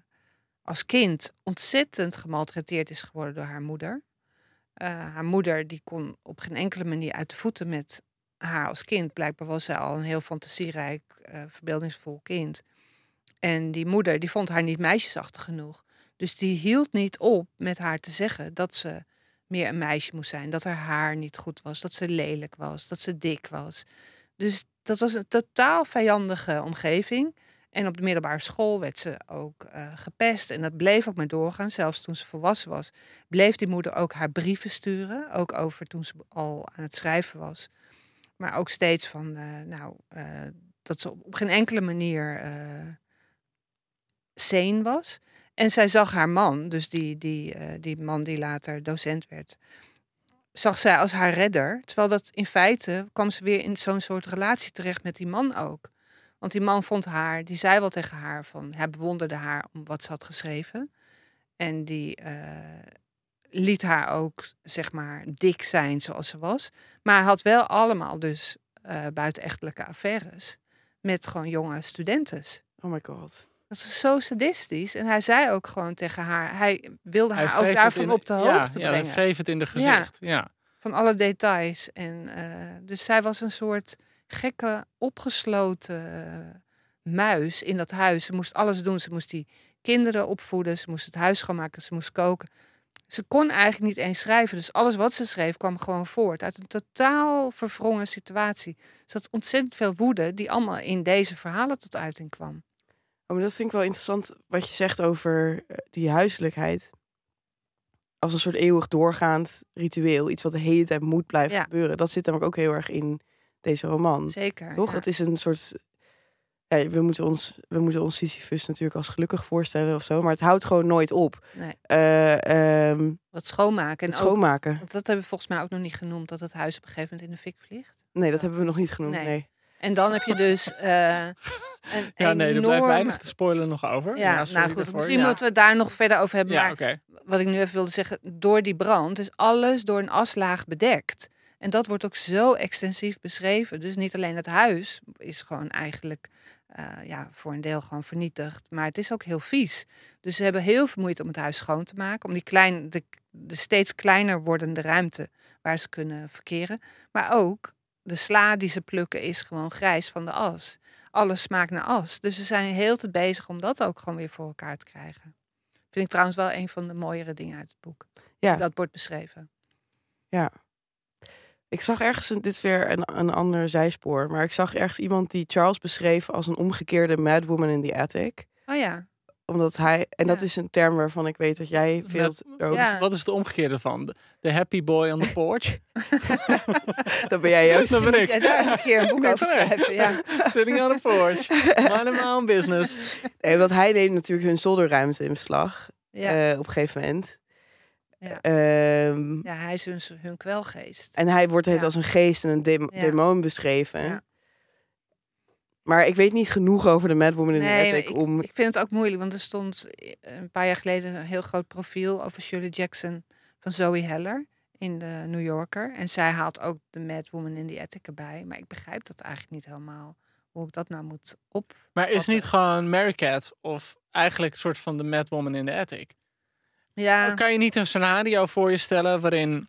als kind ontzettend gemaltreteerd is geworden door haar moeder. Uh, haar moeder die kon op geen enkele manier uit de voeten met haar als kind. Blijkbaar was zij al een heel fantasierijk, uh, verbeeldingsvol kind. En die moeder die vond haar niet meisjesachtig genoeg. Dus die hield niet op met haar te zeggen dat ze meer een meisje moest zijn. Dat haar haar niet goed was, dat ze lelijk was, dat ze dik was. Dus dat was een totaal vijandige omgeving. En op de middelbare school werd ze ook uh, gepest. En dat bleef ook maar doorgaan. Zelfs toen ze volwassen was, bleef die moeder ook haar brieven sturen. Ook over toen ze al aan het schrijven was. Maar ook steeds van, uh, nou, uh, dat ze op, op geen enkele manier uh, sane was. En zij zag haar man, dus die, die, uh, die man die later docent werd, zag zij als haar redder. Terwijl dat in feite kwam ze weer in zo'n soort relatie terecht met die man ook. Want die man vond haar, die zei wel tegen haar van, hij bewonderde haar om wat ze had geschreven. En die uh, liet haar ook, zeg maar, dik zijn zoals ze was. Maar hij had wel allemaal dus uh, buitenechtelijke affaires met gewoon jonge studentes. Oh my god. Dat is zo sadistisch. En hij zei ook gewoon tegen haar, hij wilde hij haar ook daarvan in, op de hoogte ja, brengen. Ja, hij wreef het in de gezicht. Ja. ja. Van alle details. En, uh, dus zij was een soort gekke, opgesloten uh, muis in dat huis. Ze moest alles doen. Ze moest die kinderen opvoeden. Ze moest het huis schoonmaken. Ze moest koken. Ze kon eigenlijk niet eens schrijven. Dus alles wat ze schreef kwam gewoon voort. Uit een totaal verwrongen situatie. Ze had ontzettend veel woede die allemaal in deze verhalen tot uiting kwam. Oh, maar dat vind ik wel interessant wat je zegt over die huiselijkheid. Als een soort eeuwig doorgaand ritueel. Iets wat de hele tijd moet blijven ja. gebeuren. Dat zit namelijk ook heel erg in deze roman. Zeker. Toch? Ja. Het is een soort... Ja, we, moeten ons, we moeten ons Sisyphus natuurlijk als gelukkig voorstellen of zo. Maar het houdt gewoon nooit op. Nee. Uh, um, dat schoonmaken. Het en schoonmaken. Ook, want dat hebben we volgens mij ook nog niet genoemd. Dat het huis op een gegeven moment in de fik vliegt. Nee, dat ja. hebben we nog niet genoemd. Nee. nee. En dan heb je dus... Uh, Een ja, nee, enorme... er blijft weinig te spoilen nog over. Ja, ja nou goed, daarvoor. misschien ja. moeten we het daar nog verder over hebben. Ja, maar okay. wat ik nu even wilde zeggen, door die brand is alles door een aslaag bedekt. En dat wordt ook zo extensief beschreven. Dus niet alleen het huis is gewoon eigenlijk uh, ja, voor een deel gewoon vernietigd. Maar het is ook heel vies. Dus ze hebben heel veel moeite om het huis schoon te maken. Om die klein, de, de steeds kleiner wordende ruimte waar ze kunnen verkeren. Maar ook de sla die ze plukken is gewoon grijs van de as. Alles smaakt naar as. Dus ze zijn heel de tijd bezig om dat ook gewoon weer voor elkaar te krijgen. Vind ik trouwens wel een van de mooiere dingen uit het boek. Ja. Dat wordt beschreven. Ja. Ik zag ergens, dit is weer een, een ander zijspoor, maar ik zag ergens iemand die Charles beschreef als een omgekeerde Mad Woman in the Attic. Oh ja. Omdat hij, en dat Ja. is een term waarvan ik weet dat jij veel Met- over... Ja. Wat is het omgekeerde van? De, de happy boy on the porch? Dat ben jij, Joost. Dat ben ik. Ja, daar eens een keer een boek Nee, over van mij. schrijven. Ja. Sitting on a porch. Minding my own business. Nee, want hij neemt natuurlijk hun zolderruimte in beslag. Ja. eh, op een gegeven moment. Ja. Ehm, ja, hij is hun, hun kwelgeest. en hij wordt het Ja. als een geest en een dem- Ja. demon beschreven. Ja. Maar ik weet niet genoeg over de Mad Woman in Nee, the maar Attic ik, om... ik vind het ook moeilijk, want er stond een paar jaar geleden een heel groot profiel over Shirley Jackson van Zoe Heller in de New Yorker. En zij haalt ook de Mad Woman in the Attic erbij. Maar ik begrijp dat eigenlijk niet helemaal, hoe ik dat nou moet op. Maar is Wat, niet eh, gewoon Mary Cat of eigenlijk een soort van de Mad Woman in the Attic? Ja, Kan je niet een scenario voor je stellen waarin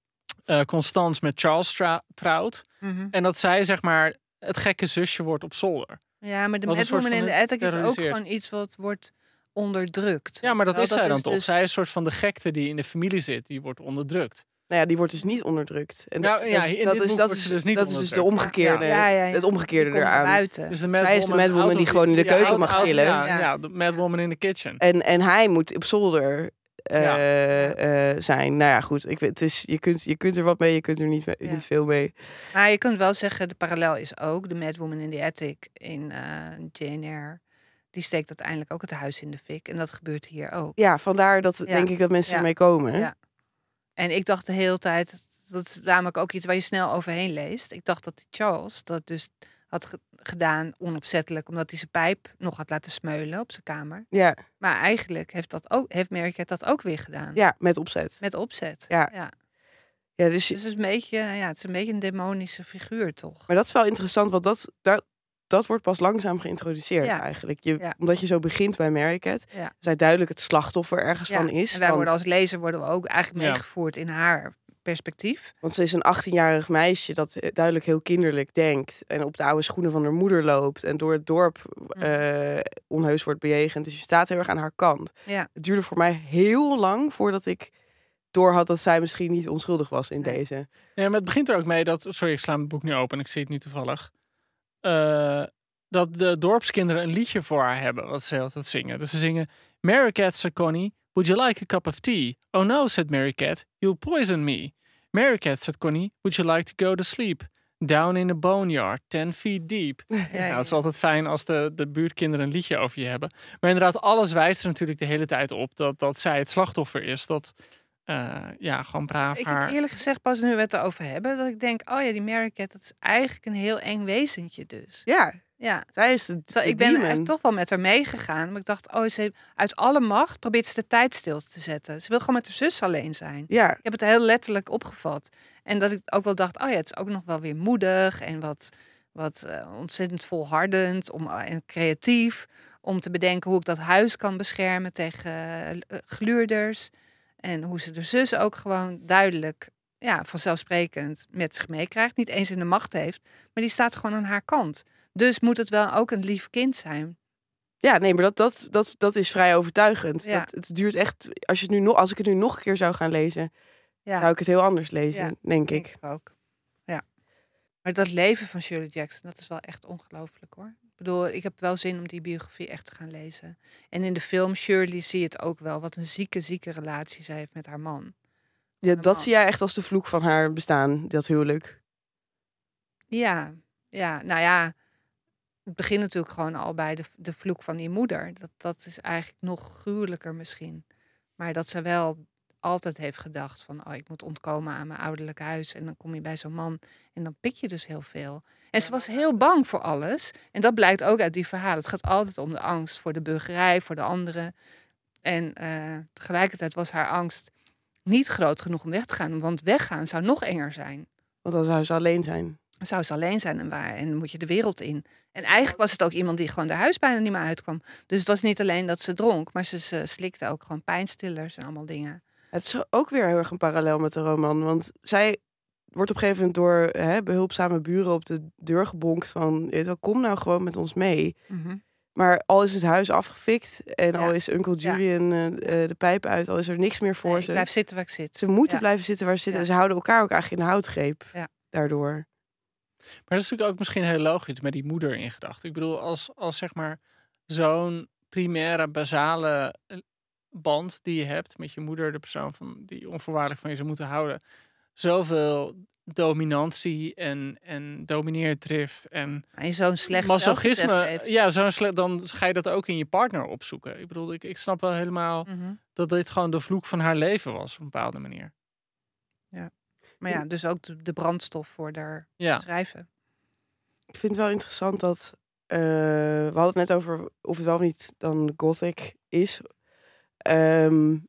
eh Constance met Charles tra- trouwt mhm. en dat zij zeg maar het gekke zusje wordt op zolder? ja, maar de Wat een Mad soort Woman van in the Attic is ook terroriseert. gewoon iets wat wordt onderdrukt. Ja, maar dat Wel, is zij dan toch? dus- Zij is een soort van de gekte die in de familie zit, die wordt onderdrukt. Nou ja, die wordt dus niet onderdrukt. En Nou, ja, dat is, in dat dit is, boek dat wordt is, ze dus niet dat is dus de onderdrukt. omgekeerde, Ja, ja, ja. het omgekeerde Die komt naar eraan. buiten. Dus de Mad Zij is de Woman Mad Woman out die of- gewoon in de ja, keuken out- mag out- chillen. Ja, Ja. ja, de Mad Woman in the kitchen. En, en hij moet op zolder eh, Ja. eh, zijn. Nou ja, goed. Ik weet, het is, je, kunt, je kunt er wat mee, je kunt er niet, Ja. niet veel mee. Maar je kunt wel zeggen, de parallel is ook de Mad Woman in the Attic in eh Jane Eyre. Die steekt uiteindelijk ook het huis in de fik. En dat gebeurt hier ook. Ja, vandaar dat Ja. denk ik dat mensen Ja. ermee komen. Ja. En ik dacht de hele tijd, dat is namelijk ook iets waar je snel overheen leest. Ik dacht dat die Charles dat dus had ge- gedaan onopzettelijk, omdat hij zijn pijp nog had laten smeulen op zijn kamer. Ja, Maar eigenlijk heeft, dat ook, heeft Mary Cat dat ook weer gedaan. ja, met opzet. Met opzet. Ja. ja. Ja, dus, Dus het is, een beetje, ja, het is een beetje een demonische figuur, toch? maar dat is wel interessant, want dat, dat, dat wordt pas langzaam geïntroduceerd Ja. eigenlijk. Je, Ja. Omdat je zo begint bij Mary Cat. Ja. Zij duidelijk het slachtoffer ergens Ja, van is. En wij want, worden als lezer worden we ook eigenlijk Ja. meegevoerd in haar perspectief. want ze is een achttienjarig meisje dat duidelijk heel kinderlijk denkt. En op de oude schoenen van haar moeder loopt. En door het dorp Mhm. eh, onheus wordt bejegend. Dus je staat heel erg aan haar kant. Ja. Het duurde voor mij heel lang voordat ik door had dat zij misschien niet onschuldig was in Nee. deze. Ja, maar het begint er ook mee dat... Sorry, ik sla mijn boek nu open en ik zie het niet toevallig. Eh, dat de dorpskinderen een liedje voor haar hebben, wat ze altijd zingen. Dus ze zingen... Mary Cat, said Connie, would you like a cup of tea? Oh no, said Mary Cat, you'll poison me. Mary Cat, said Connie, would you like to go to sleep? Down in the boneyard, ten feet deep. Ja, Nou, het is altijd fijn als de, de buurtkinderen een liedje over je hebben. Maar inderdaad, alles wijst er natuurlijk de hele tijd op dat, dat zij het slachtoffer is. Dat, uh, ja, gewoon braaf Ik haar... heb eerlijk gezegd pas nu we het erover hebben, dat ik denk, oh ja, die Mary Cat, dat is eigenlijk een heel eng wezentje dus. Ja, Ja. zij is de, Zo, de ik ben demon. eigenlijk toch wel met haar meegegaan. Maar ik dacht, oh, ze uit alle macht probeert ze de tijd stil te zetten. Ze wil gewoon met haar zus alleen zijn. Ja, Ik heb het heel letterlijk opgevat. En dat ik ook wel dacht, oh ja, het is ook nog wel weer moedig en wat, wat uh, ontzettend volhardend om, uh, en creatief. Om te bedenken hoe ik dat huis kan beschermen tegen uh, gluurders. En hoe ze de zus ook gewoon duidelijk, ja, vanzelfsprekend met zich meekrijgt. Niet eens in de macht heeft, maar die staat gewoon aan haar kant. Dus moet het wel ook een lief kind zijn. ja, nee, maar dat, dat, dat, dat is vrij overtuigend. Ja. Dat, het duurt echt, als, je het nu nog, als ik het nu nog een keer zou gaan lezen, Ja, zou ik het heel anders lezen, Ja, denk denk ik. ik ook. Ja. Maar dat leven van Shirley Jackson, dat is wel echt ongelooflijk hoor. Ik bedoel, ik heb wel zin om die biografie echt te gaan lezen. En in de film Shirley zie je het ook wel. Wat een zieke, zieke relatie zij heeft met haar man. Ja, Een dat man. zie jij echt als de vloek van haar bestaan, dat huwelijk. Ja, ja, nou ja. Het begint natuurlijk gewoon al bij de, de vloek van die moeder. Dat, dat is eigenlijk nog gruwelijker misschien. Maar dat ze wel altijd heeft gedacht van... oh, ik moet ontkomen aan mijn ouderlijk huis. En dan kom je bij zo'n man en dan pik je dus heel veel. En ze was heel bang voor alles. En dat blijkt ook uit die verhalen. Het gaat altijd om de angst voor de burgerij, voor de anderen. En uh, tegelijkertijd was haar angst niet groot genoeg om weg te gaan. Want weggaan zou nog enger zijn. Want dan zou ze alleen zijn. Dan zou ze alleen zijn en waar. En dan moet je de wereld in. En eigenlijk was het ook iemand die gewoon de huis bijna niet meer uitkwam. Dus het was niet alleen dat ze dronk. Maar ze, ze slikte ook gewoon pijnstillers en allemaal dingen. Het is ook weer heel erg een parallel met de roman. Want zij, wordt op een gegeven moment door hè, behulpzame buren op de deur gebonkt van, weet je wel, kom nou gewoon met ons mee. Mm-hmm. Maar al is het huis afgefikt en Ja. al is Uncle Julian ja. uh, de pijp uit, al is er niks meer voor Nee, ze. ik blijf zitten waar ik zit. Ze moeten Ja. blijven zitten waar ze zitten. Ja. En ze houden elkaar ook eigenlijk in de houtgreep Ja. daardoor. Maar dat is natuurlijk ook misschien heel logisch met die moeder in gedachten. Ik bedoel, als, als zeg maar zo'n primaire, basale band die je hebt met je moeder, de persoon van die onvoorwaardelijk van je zou moeten houden, zoveel dominantie en, en domineerdrift en En zo'n slecht masochisme, zelfbesef heeft. ja, zo'n slecht, dan ga je dat ook in je partner opzoeken. Ik bedoel, ik, ik snap wel helemaal Mm-hmm. dat dit gewoon de vloek van haar leven was op een bepaalde manier. Maar ja, dus ook de, de brandstof voor daar Ja. schrijven. Ik vind het wel interessant dat... Uh, we hadden het net over of het wel of niet dan gothic is. Um,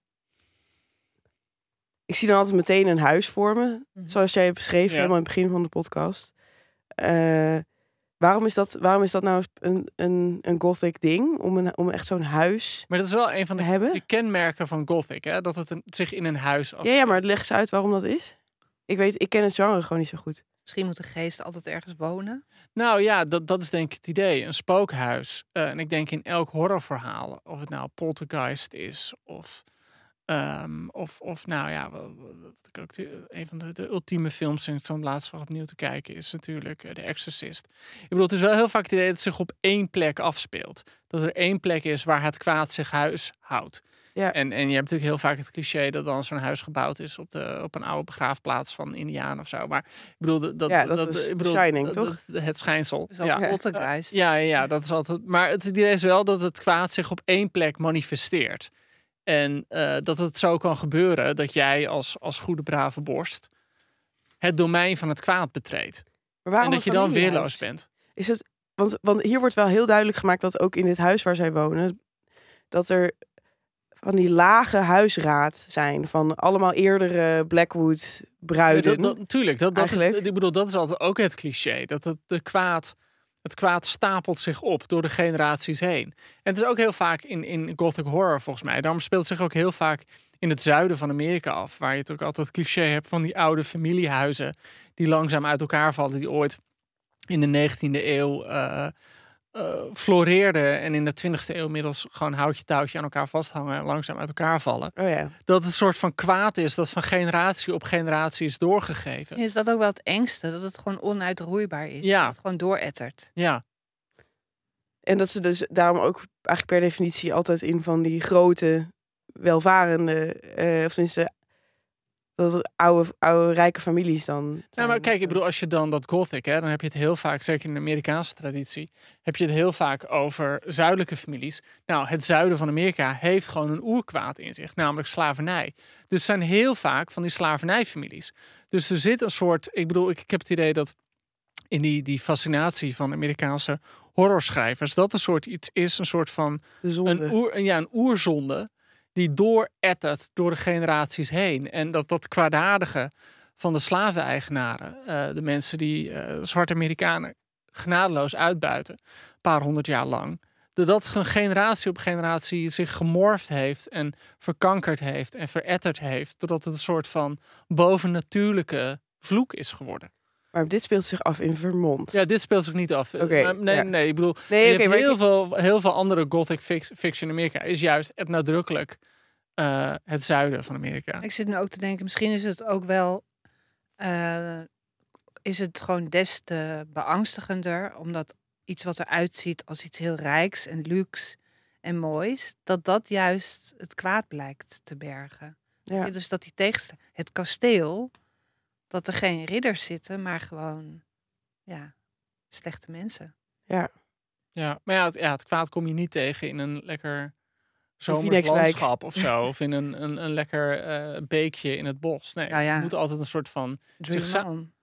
ik zie dan altijd meteen een huis voor me. Mhm. Zoals jij hebt beschreven, Ja. helemaal in het begin van de podcast. Uh, waarom, is dat, waarom is dat nou een, een, een gothic ding? Om, een, om echt zo'n huis Maar dat is wel een van te de, hebben? de kenmerken van gothic, hè? Dat het een, zich in een huis Ja, afspeelt. ja, maar leg eens uit waarom dat is. Ik weet, ik ken het genre gewoon niet zo goed. Misschien moet de geest altijd ergens wonen. Nou ja, dat, dat is denk ik het idee. Een spookhuis. Uh, en ik denk in elk horrorverhaal, of het nou Poltergeist is, of, um, of, of nou ja, wat ik ook de, een van de, de ultieme films en ik zal hem laatst nog opnieuw te kijken, is natuurlijk uh, The Exorcist. Ik bedoel, het is wel heel vaak het idee dat het zich op één plek afspeelt. Dat er één plek is waar het kwaad zich huis houdt. Ja. En, en je hebt natuurlijk heel vaak het cliché dat dan zo'n huis gebouwd is op, de, op een oude begraafplaats van Indianen of zo. Maar ik bedoel, dat, dat, Ja, dat dat was ik bedoel, Shining, dat- toch? dat- het schijnsel. Dus ook Ja. een poltergeist. Ja, ja, ja, dat is altijd. Maar het idee is wel dat het kwaad zich op één plek manifesteert. En uh, dat het zo kan gebeuren dat jij als, als goede brave borst het domein van het kwaad betreedt. Maar waarom En dat je een dan familiehuis? weerloos bent. Is het, want, want hier wordt wel heel duidelijk gemaakt dat ook in dit huis waar zij wonen, dat er van die lage huisraad zijn van allemaal eerdere Blackwood bruiden. Ja, dat, dat, natuurlijk, dat, dat is, Eigenlijk. ik bedoel, dat is altijd ook het cliché. Dat het, de kwaad, het kwaad stapelt zich op door de generaties heen. En het is ook heel vaak in, in gothic horror volgens mij. Daarom speelt het zich ook heel vaak in het zuiden van Amerika af. Waar je het ook altijd het cliché hebt van die oude familiehuizen die langzaam uit elkaar vallen. Die ooit in de negentiende eeuw uh, uh, floreerden. En in de twintigste eeuw inmiddels gewoon houtje touwtje aan elkaar vasthangen. En langzaam uit elkaar vallen. Oh ja. Dat het een soort van kwaad is dat van generatie op generatie is doorgegeven. Is dat ook wel het engste? Dat het gewoon onuitroeibaar is. Ja. Dat het gewoon doorettert. Ja. En dat ze dus daarom ook eigenlijk per definitie altijd in van die grote, welvarende, uh, of tenminste, dat het oude, oude rijke families dan. Nou, maar kijk, ik bedoel, als je dan dat gothic, hè, dan heb je het heel vaak, zeker in de Amerikaanse traditie, heb je het heel vaak over zuidelijke families. Nou, het zuiden van Amerika heeft gewoon een oerkwaad in zich, namelijk slavernij. Dus het zijn heel vaak van die slavernijfamilies. Dus er zit een soort, ik bedoel, ik, ik heb het idee dat in die, die fascinatie van Amerikaanse horrorschrijvers, dat een soort iets is, een soort van De zonde. een, oer, ja, een oerzonde die doorettert door de generaties heen. En dat dat kwaadaardige van de slaveneigenaren, uh, de mensen die uh, zwarte Amerikanen genadeloos uitbuiten, een paar honderd jaar lang, dat dat van generatie op generatie zich gemorfd heeft en verkankerd heeft en veretterd heeft, totdat het een soort van bovennatuurlijke vloek is geworden. Maar dit speelt zich af in Vermont. Ja, dit speelt zich niet af. Okay, uh, nee, ja. nee, ik bedoel, Nee, je okay, hebt heel, ik... veel, heel veel andere gothic fiction in Amerika is juist het nadrukkelijk uh, het zuiden van Amerika. Ik zit nu ook te denken, misschien is het ook wel, uh, is het gewoon des te beangstigender, omdat iets wat eruit ziet als iets heel rijks en luxe en moois, dat dat juist het kwaad blijkt te bergen. Ja. Dus dat die tegenste, het kasteel, dat er geen ridders zitten, maar gewoon, ja, slechte mensen. Ja. Ja, maar ja het, ja, het kwaad kom je niet tegen in een lekker zomers Phoenixwijk. landschap of zo. Of in een, een, een lekker uh, beekje in het bos. Nee, Ja, ja. het moet altijd een soort van... Dream Zichzelf- on.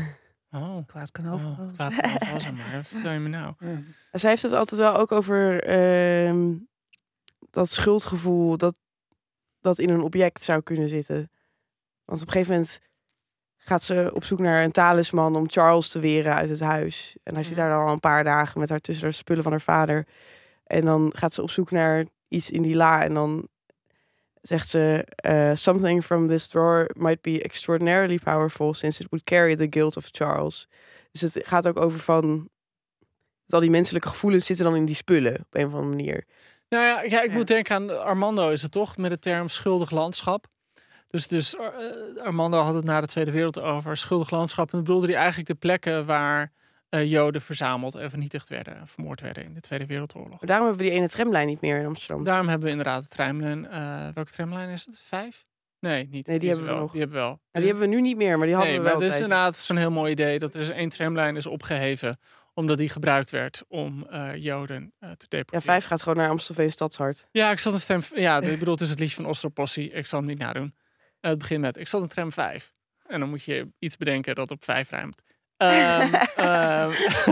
Oh, Kwaad kan oh overal. het kwaad kan overal zijn, maar wat vertel je me nou? Ja. Zij heeft het altijd wel ook over uh, dat schuldgevoel dat, dat in een object zou kunnen zitten. Want op een gegeven moment gaat ze op zoek naar een talisman om Charles te weren uit het huis. En hij zit daar dan al een paar dagen met haar tussen de spullen van haar vader. En dan gaat ze op zoek naar iets in die la. En dan zegt ze... Uh, something from this drawer might be extraordinarily powerful... since it would carry the guilt of Charles. Dus het gaat ook over van... dat al die menselijke gevoelens zitten dan in die spullen... op een of andere manier. Nou ja, ja ik Ja. moet denken aan Armando is het toch? Met de term schuldig landschap. Dus, dus uh, Armando had het na de Tweede Wereldoorlog over schuldig landschap. En bedoelde hij eigenlijk de plekken waar uh, Joden verzameld en vernietigd werden. En vermoord werden in de Tweede Wereldoorlog. Maar daarom hebben we die ene tramlijn niet meer in Amsterdam. Daarom hebben we inderdaad de tramlijn. Uh, welke tramlijn is het? Vijf? Nee, niet. Nee, die hebben we wel. nog. Die hebben we wel. Ja, die hebben we nu niet meer, maar die hadden nee, we wel. Maar het is een inderdaad zo'n heel mooi idee dat er dus één tramlijn is opgeheven. Omdat die gebruikt werd om uh, Joden uh, te deporteren. Ja, vijf gaat gewoon naar Amstelveen Stadshart. Ja, ik zat een stem... Ja, ik bedoel, het is het liedje van Ostropossie. Ik zal hem niet nadoen. Uh, het begint met, ik zat in tram vijf. En dan moet je iets bedenken dat op vijf ruimt. Um, um,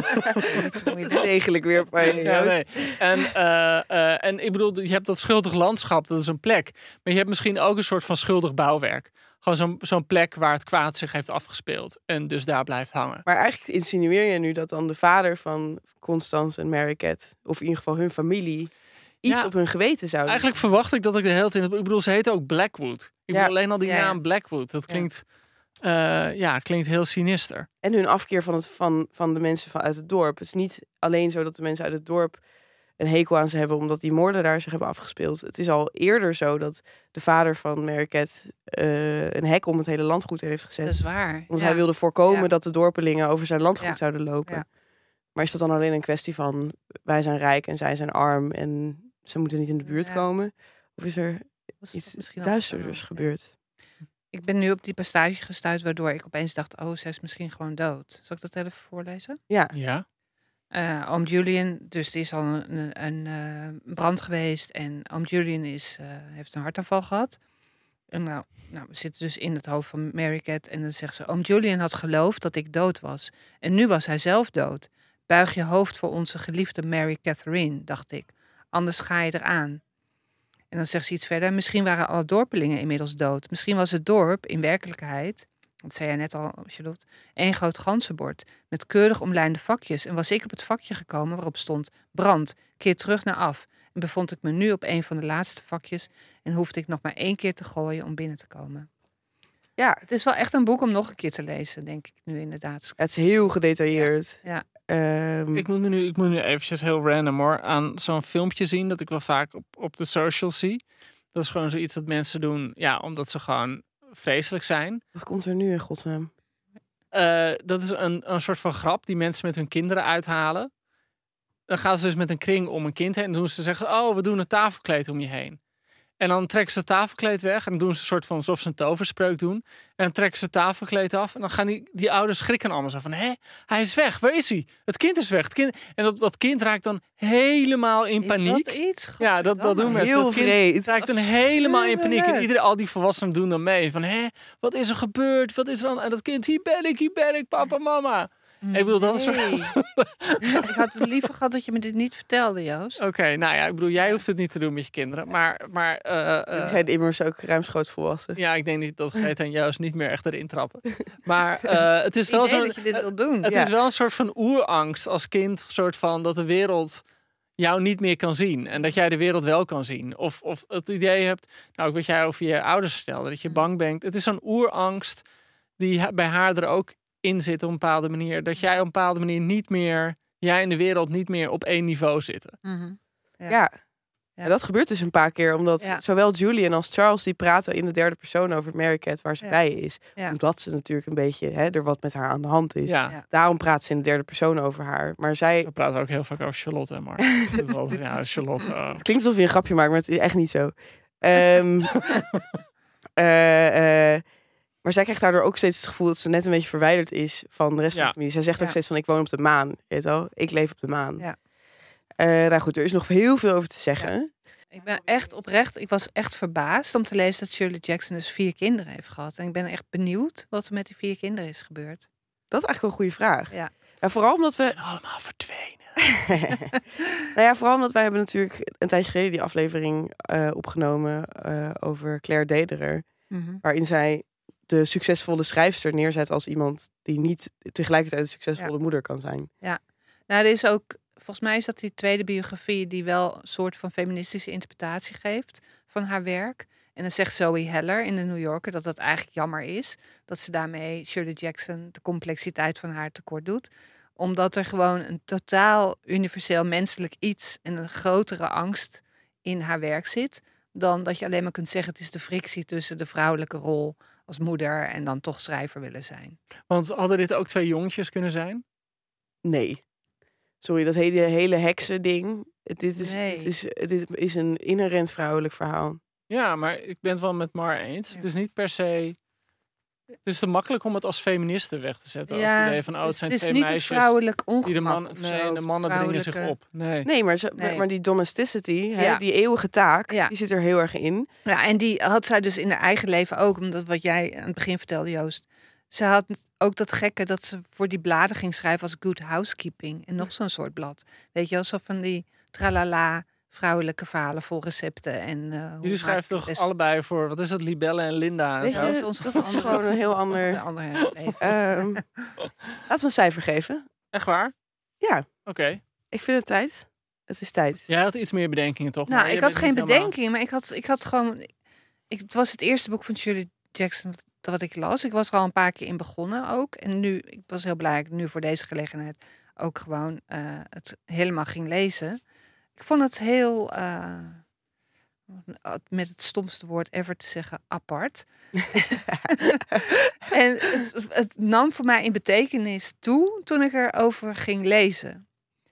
Degelijk weer bij je. ja, nee. en, uh, uh, en ik bedoel, je hebt dat schuldig landschap, dat is een plek. Maar je hebt misschien ook een soort van schuldig bouwwerk. Gewoon zo'n, zo'n plek waar het kwaad zich heeft afgespeeld. En dus daar blijft hangen. Maar eigenlijk insinueer je nu dat dan de vader van Constance en Mary-Cat... of in ieder geval hun familie... iets Ja, op hun geweten zouden. Eigenlijk verwacht ik dat ik de hele tijd... Ik bedoel, ze heet ook Blackwood. Ik Ja. bedoel, alleen al die Ja, ja. naam Blackwood. Dat klinkt, uh, ja, klinkt heel sinister. En hun afkeer van, het, van, van de mensen van uit het dorp. Het is niet alleen zo dat de mensen uit het dorp een hekel aan ze hebben... omdat die moorden daar zich hebben afgespeeld. Het is al eerder zo dat de vader van Mary-Cat... Uh, een hek om het hele landgoed heeft gezet. Dat is waar. Want ja. hij wilde voorkomen Ja. dat de dorpelingen over zijn landgoed Ja. zouden lopen. Ja. Maar is dat dan alleen een kwestie van... wij zijn rijk en zij zijn arm en ze moeten niet in de buurt Ja. komen? Of is er Was iets misschien duisterders wel- gebeurd? Ik ben nu op die passage gestuurd, waardoor ik opeens dacht... oh, zij is misschien gewoon dood. Zal ik dat even voorlezen? Ja. Ja. Uh, oom Julian, dus er is al een, een, een uh, brand geweest... en oom Julian is, uh, heeft een hartaanval gehad. En nou, nou, we zitten dus in het hoofd van Mary-Cat... en dan zegt ze... oom Julian had geloofd dat ik dood was. En nu was hij zelf dood. Buig je hoofd voor onze geliefde Mary Catherine, dacht ik. Anders ga je eraan. En dan zegt ze iets verder. Misschien waren alle dorpelingen inmiddels dood. Misschien was het dorp in werkelijkheid... dat zei jij net al, Charlotte... één groot ganzenbord met keurig omlijnde vakjes. En was ik op het vakje gekomen waarop stond... brand, keer terug naar af. En bevond ik me nu op een van de laatste vakjes... en hoefde ik nog maar één keer te gooien om binnen te komen. Ja, Het is wel echt een boek om nog een keer te lezen, denk ik nu inderdaad. het is heel gedetailleerd. Ja. Ehm, Ik moet me nu, ik moet nu eventjes heel random hoor, aan zo'n filmpje zien dat ik wel vaak op, op de socials zie. Dat is gewoon zoiets dat mensen doen, ja, omdat ze gewoon vreselijk zijn. Wat komt er nu in godsnaam? Uh, dat is een, een soort van grap die mensen met hun kinderen uithalen. Dan gaan ze dus met een kring om een kind heen en doen ze zeggen, oh, we doen een tafelkleed om je heen. En dan trekken ze het tafelkleed weg en dan doen ze een soort van alsof ze een toverspreuk doen. En dan trekken ze het tafelkleed af en dan gaan die, die ouders schrikken allemaal zo van, hé, hij is weg, waar is hij? Het kind is weg. Het kind... En dat, dat kind raakt dan helemaal in paniek. Is dat iets? Ja, dat, dat doen mensen. Heel Dat kind vreed. raakt dan helemaal in paniek. En Afschuwelijk. iedereen, al die volwassenen doen dan mee. Van, hé, wat is er gebeurd? Wat is er dan? En dat kind, hier ben ik, hier ben ik, papa, mama. Ik bedoel, dat is... Nee. Ik had het liever gehad dat je me dit niet vertelde, Joost. Oké, okay, nou ja, ik bedoel, jij hoeft het niet te doen met je kinderen. Maar, maar uh, uh, Die zijn immers ook ruimschoots volwassen. ja, ik denk niet dat Greta en Joost niet meer echt erin trappen. Maar uh, het is wel zo. dat je dit wil doen. Het Ja. is wel een soort van oerangst als kind, soort van dat de wereld jou niet meer kan zien en dat jij de wereld wel kan zien. Of, of het idee hebt, nou, ik weet jij over je ouders vertelde, dat je bang bent. Het is zo'n oerangst die bij haar er ook in zit op een bepaalde manier. Dat jij op een bepaalde manier niet meer, jij en de wereld niet meer op één niveau zitten. Mm-hmm. Ja. Ja. Ja, dat gebeurt dus een paar keer. Omdat Ja. zowel Julian als Charles die praten in de derde persoon over Mary-Cat waar ze Ja. bij is. Ja. Omdat ze natuurlijk een beetje, hè, er wat met haar aan de hand is. Ja. Ja. Daarom praat ze in de derde persoon over haar. Maar zij... We praten ook heel vaak over Charlotte, hè, Mark. Dat is altijd, ja, Charlotte. Oh. Het klinkt alsof je een grapje maakt, maar het is echt niet zo. Um, uh, uh, maar zij krijgt daardoor ook steeds het gevoel dat ze net een beetje verwijderd is van de rest van Ja. de familie. Zij zegt ook Ja. steeds van, ik woon op de maan. Je weet wel, ik leef op de maan. Ja. Uh, nou goed, er is nog heel veel over te zeggen. Ik ben echt oprecht, ik was echt verbaasd om te lezen dat Shirley Jackson dus vier kinderen heeft gehad. En ik ben echt benieuwd wat er met die vier kinderen is gebeurd. Dat is eigenlijk wel een goede vraag. Ja. Nou, vooral omdat Ze we... zijn allemaal verdwenen. nou ja, vooral omdat wij hebben natuurlijk een tijdje geleden die aflevering uh, opgenomen uh, over Claire Dederer. Mm-hmm. Waarin zij de succesvolle schrijfster neerzet als iemand die niet tegelijkertijd een succesvolle Ja. moeder kan zijn. Ja, nou, er is ook, volgens mij is dat die tweede biografie die wel een soort van feministische interpretatie geeft van haar werk. En dan zegt Zoe Heller in de New Yorker dat dat eigenlijk jammer is. Dat ze daarmee Shirley Jackson de complexiteit van haar tekort doet. Omdat er gewoon een totaal universeel menselijk iets en een grotere angst in haar werk zit. Dan dat je alleen maar kunt zeggen het is de frictie tussen de vrouwelijke rol als moeder en dan toch schrijver willen zijn. Want hadden dit ook twee jongetjes kunnen zijn? Nee. Sorry, dat hele, hele heksen ding. Het, dit is, Nee. het, is, dit is een inherent vrouwelijk verhaal. Ja, maar ik ben het wel met Mar eens. Ja. Het is niet per se... Het is te makkelijk om het als feministe weg te zetten. Als het idee van, oh, het dus zijn het is twee niet meisjes het vrouwelijk die de, ongemak man, of nee, zo, de mannen dringen zich vrouwelijke- op. Nee. Nee, maar, zo, Nee. maar die domesticity, hè, Ja. die eeuwige taak, Ja. die zit er heel erg in. Ja, en die had zij dus in haar eigen leven ook, omdat wat jij aan het begin vertelde, Joost. Ze had ook dat gekke dat ze voor die bladen ging schrijven als Good Housekeeping. En nog zo'n soort blad. Weet je wel, zo van die tralala vrouwelijke verhalen vol recepten. En, uh, hoe Jullie maak schrijven ik toch best- allebei voor, wat is het, Libelle en Linda? En Weet zo? je, Dat is ons dat is andere- gewoon een heel ander... Een ander leven. Ehm, laten we een cijfer geven. Echt waar? Ja, Oké. ik vind het tijd. Het is tijd. Jij had iets meer bedenkingen, toch? Nou, Maar ik je had bent geen niet helemaal- bedenkingen, maar ik had, ik had gewoon... Ik, het was het eerste boek van Shirley Jackson wat, wat ik las. Ik was er al een paar keer in begonnen ook. En nu, ik was heel blij dat ik nu voor deze gelegenheid ook gewoon uh, het helemaal ging lezen. Ik vond het heel, uh, met het stomste woord ever te zeggen, apart. En het, het nam voor mij in betekenis toe toen ik erover ging lezen.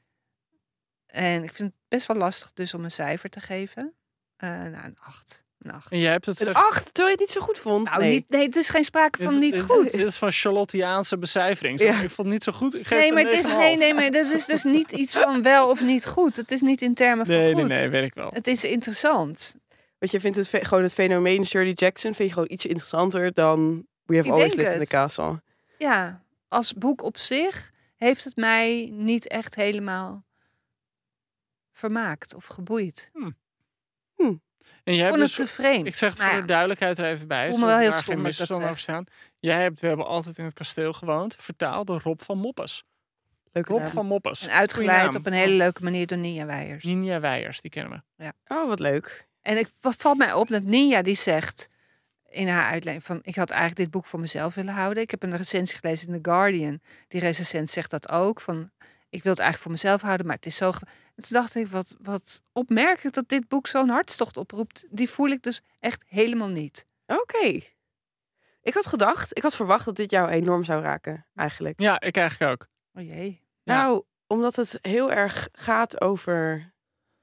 En ik vind het best wel lastig dus om een cijfer te geven. Uh, nou, een acht. Een acht. En jij hebt het... Een zeg- acht, terwijl je het niet zo goed vond. Nou, nee. niet, nee, het is geen sprake dit van is- niet dit, goed. Dit is van Charlotteaanse becijfering. Ja. Ik vond het niet zo goed. Ik geef Nee, het maar een het is, negen komma nee, vijf. nee, maar dat is dus niet iets van wel of niet goed. Het is niet in termen van Nee, goed. nee, nee, weet ik wel. Het is interessant. Want je vindt het fe- gewoon het fenomeen Shirley Jackson vind je gewoon iets interessanter dan We Have Ik Always denk Lived in het. the Castle. Ja, als boek op zich heeft het mij niet echt helemaal vermaakt of geboeid. En jij Ik hebt vond het dus... te vreemd. Ik zeg het Maar voor ja, de duidelijkheid er even bij. voel me zodat wel heel daar stom geen dat ik dat misverstand over zeg. staan. Jij hebt, we hebben altijd in het kasteel gewoond. Vertaald door Rob van Moppes. Leuke Rob naam. van Moppes. en uitgeleid Goeie naam. op een hele leuke manier door Ninja Weijers. Ninja Weijers, die kennen we. Oh, wat leuk. En ik, wat valt mij op dat Ninja die zegt in haar uitleg van ik had eigenlijk dit boek voor mezelf willen houden. Ik heb een recensie gelezen in The Guardian. Die recensent zegt dat ook. Van ik wil het eigenlijk voor mezelf houden, maar het is zo... ge- En toen dacht ik, wat, wat opmerkelijk dat dit boek zo'n hartstocht oproept. Die voel ik dus echt helemaal niet. Oké. Ik had gedacht, ik had verwacht dat dit jou enorm zou raken, eigenlijk. Ja, ik eigenlijk ook. Oh jee. Ja. Nou, omdat het heel erg gaat over...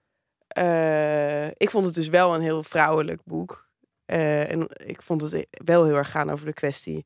eh, ik vond het dus wel een heel vrouwelijk boek. Eh, en ik vond het wel heel erg gaan over de kwestie...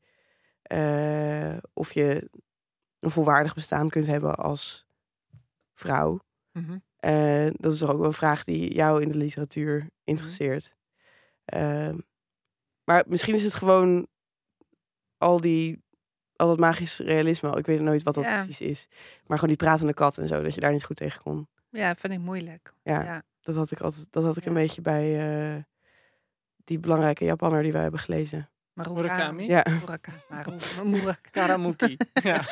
eh, of je een volwaardig bestaan kunt hebben als vrouw. Mhm. Eh, dat is toch ook wel een vraag die jou in de literatuur interesseert. Eh, maar misschien is het gewoon al die... al dat magisch realisme. Ik weet nooit wat dat Ja. precies is. Maar gewoon die pratende kat en zo. Dat je daar niet goed tegen kon. Ja, vind ik moeilijk. Ja, Ja. dat had ik altijd. Dat had ik een Ja. beetje bij eh, die belangrijke Japanner die wij hebben gelezen. Murakami? Ja. Murakami. Maru- Murakami. Karamuki. ja.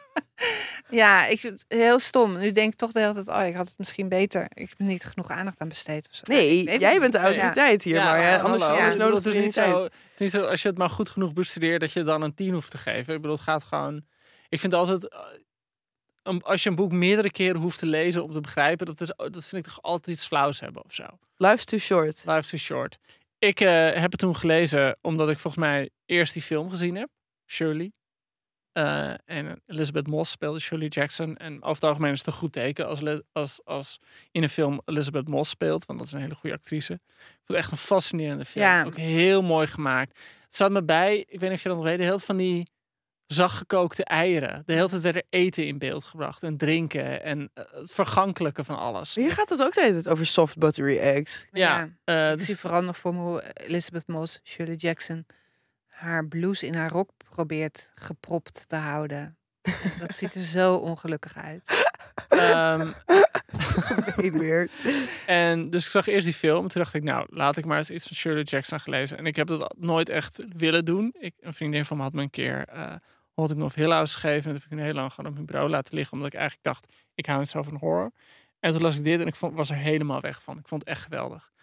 Ja, ik, heel stom. Nu denk ik toch de hele tijd, oh, ik had het misschien beter. Ik heb niet genoeg aandacht aan besteed of zo. Nee, Ik weet jij het bent de niet. autoriteit hier. maar ja, anders, hallo. anders Ik bedoel, nodig het je is niet niet zo, zijn. het is niet zo, als je het maar goed genoeg bestudeert, dat je dan een tien hoeft te geven. Ik bedoel, het gaat gewoon... Ik vind altijd... eh, een- Als je een boek meerdere keren hoeft te lezen om te begrijpen, dat, is, dat vind ik toch altijd iets flauws hebben of zo. Life's too short. Life's too short. Ik uh, heb het toen gelezen omdat ik volgens mij eerst die film gezien heb. Shirley. Uh, en Elizabeth Moss speelde Shirley Jackson. En over het algemeen is het een goed teken als, als, als in een film Elizabeth Moss speelt. Want dat is een hele goede actrice. Ik vond het echt een fascinerende film. Ja. Ook heel mooi gemaakt. Het zat me bij, ik weet niet of je dat nog weet, de hele tijd van die zachtgekookte eieren. De hele tijd werd er eten in beeld gebracht. En drinken. En uh, het vergankelijke van alles. Hier gaat het ook de hele tijd over soft buttery eggs. Ja. Ja. Uh, Ik dus, zie vooral nog voor me hoe Elizabeth Moss, Shirley Jackson, haar blouse in haar rok probeert gepropt te houden. Dat ziet er zo ongelukkig uit. um, Niet meer. En dus ik zag eerst die film. En toen dacht ik, nou, laat ik maar eens iets van Shirley Jackson gelezen. En ik heb dat nooit echt willen doen. Ik, een vriendin van me had me een keer uh, Haunting of Hill House gegeven. En dat heb ik toen heel lang gewoon op mijn bureau laten liggen. Omdat ik eigenlijk dacht, ik hou niet zo van horror. En toen las ik dit en ik vond, was er helemaal weg van. Ik vond het echt geweldig.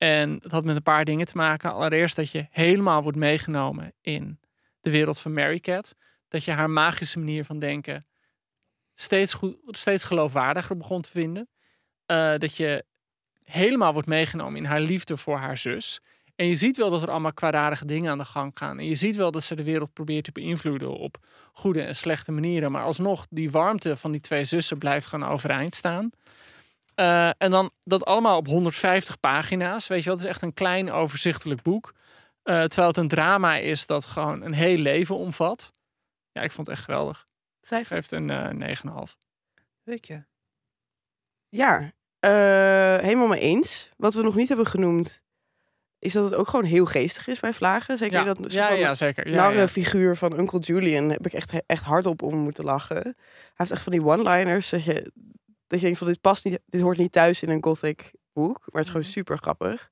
En het had met een paar dingen te maken. Allereerst dat je helemaal wordt meegenomen in de wereld van Mary Cat. Dat je haar magische manier van denken steeds, goed, steeds geloofwaardiger begon te vinden. Uh, dat je helemaal wordt meegenomen in haar liefde voor haar zus. En je ziet wel dat er allemaal kwaadaardige dingen aan de gang gaan. En je ziet wel dat ze de wereld probeert te beïnvloeden op goede en slechte manieren. Maar alsnog, die warmte van die twee zussen blijft gewoon overeind staan. Uh, en dan dat allemaal op honderdvijftig pagina's. Weet je wel, het is echt een klein overzichtelijk boek. Uh, terwijl het een drama is dat gewoon een heel leven omvat. Ja, ik vond het echt geweldig. Cijfer heeft een uh, negen komma vijf. Weet je? Ja, uh, helemaal mee eens. Wat we nog niet hebben genoemd, is dat het ook gewoon heel geestig is bij Vlagen. Zeker ja. dat ja, ja, zeker. Ja, narre ja. figuur van Uncle Julian heb ik echt, echt hardop om moeten lachen. Hij heeft echt van die one-liners dat je, dat je denkt van dit past niet, dit hoort niet thuis in een gothic boek. Maar het is gewoon super grappig.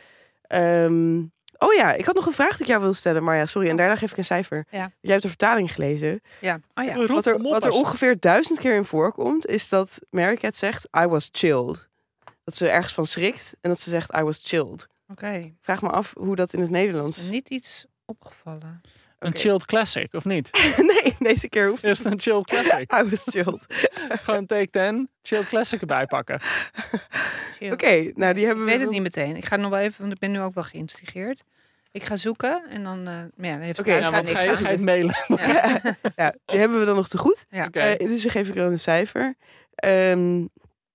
Um, oh ja, ik had nog een vraag die ik jou wilde stellen, maar ja, sorry. En daarna geef ik een cijfer. Ja. Jij hebt de vertaling gelezen. Ja. Oh ja. Wat er, wat er ongeveer duizend keer in voorkomt, is dat Mary Cat zegt, I was chilled. Dat ze ergens van schrikt en dat ze zegt, I was chilled. Oké. Okay. Vraag me af hoe dat in het Nederlands is. Niet iets opgevallen. Een okay. chilled classic, of niet? Nee, deze keer hoeft het niet. Is het een chilled classic? I was chilled. Gewoon take ten, chilled classic erbij pakken. Oké, okay, nou die hebben ik we... weet het niet meteen. Ik ga nog wel even, want ik ben nu ook wel geïntrigeerd. Ik ga zoeken en dan... Uh, ja, dan heeft Oké, okay, ja, wat ga je, ga je het mailen? Ja. Ja, die hebben we dan nog te goed. Ja. Okay. Uh, intussen geef ik dan een cijfer. Um,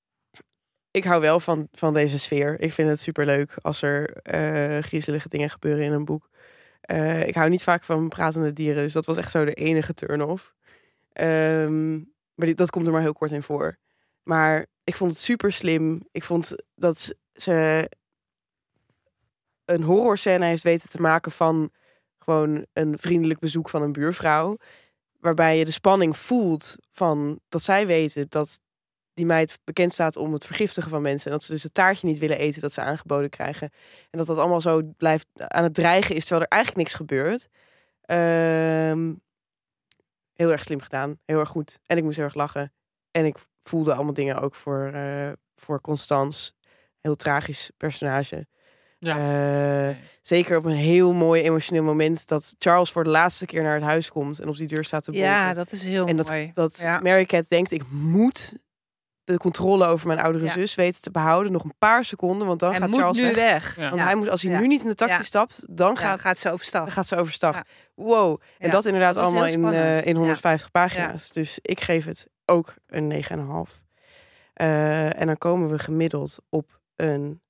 ik hou wel van, van deze sfeer. Ik vind het superleuk als er uh, griezelige dingen gebeuren in een boek. Uh, ik hou niet vaak van pratende dieren, dus dat was echt zo de enige turn-off. Um, maar die, dat komt er maar heel kort in voor. Maar ik vond het super slim. Ik vond dat ze een horrorscène heeft weten te maken van gewoon een vriendelijk bezoek van een buurvrouw. Waarbij je de spanning voelt van dat zij weten dat die meid bekend staat om het vergiftigen van mensen. En dat ze dus het taartje niet willen eten dat ze aangeboden krijgen. En dat dat allemaal zo blijft aan het dreigen is, terwijl er eigenlijk niks gebeurt. Um, heel erg slim gedaan. Heel erg goed. En ik moest heel erg lachen. En ik voelde allemaal dingen ook voor, uh, voor Constance. Heel tragisch personage. Ja. Uh, zeker op een heel mooi emotioneel moment dat Charles voor de laatste keer naar het huis komt en op die deur staat te bonken. Ja, dat is heel en mooi. En dat, dat ja. Mary Cat denkt, ik moet de controle over mijn oudere ja. zus weten te behouden. Nog een paar seconden, want dan hij gaat moet Charles nu weg. weg. Ja. Want ja. hij moet, als hij ja. nu niet in de taxi ja. stapt, dan gaat, ja, gaat ze overstag. Dan gaat ze overstag. Ja. Wow. En ja. dat inderdaad dat allemaal in, uh, in honderdvijftig ja. pagina's. Ja. Dus ik geef het ook een negen komma vijf. Uh, en dan komen we gemiddeld op een...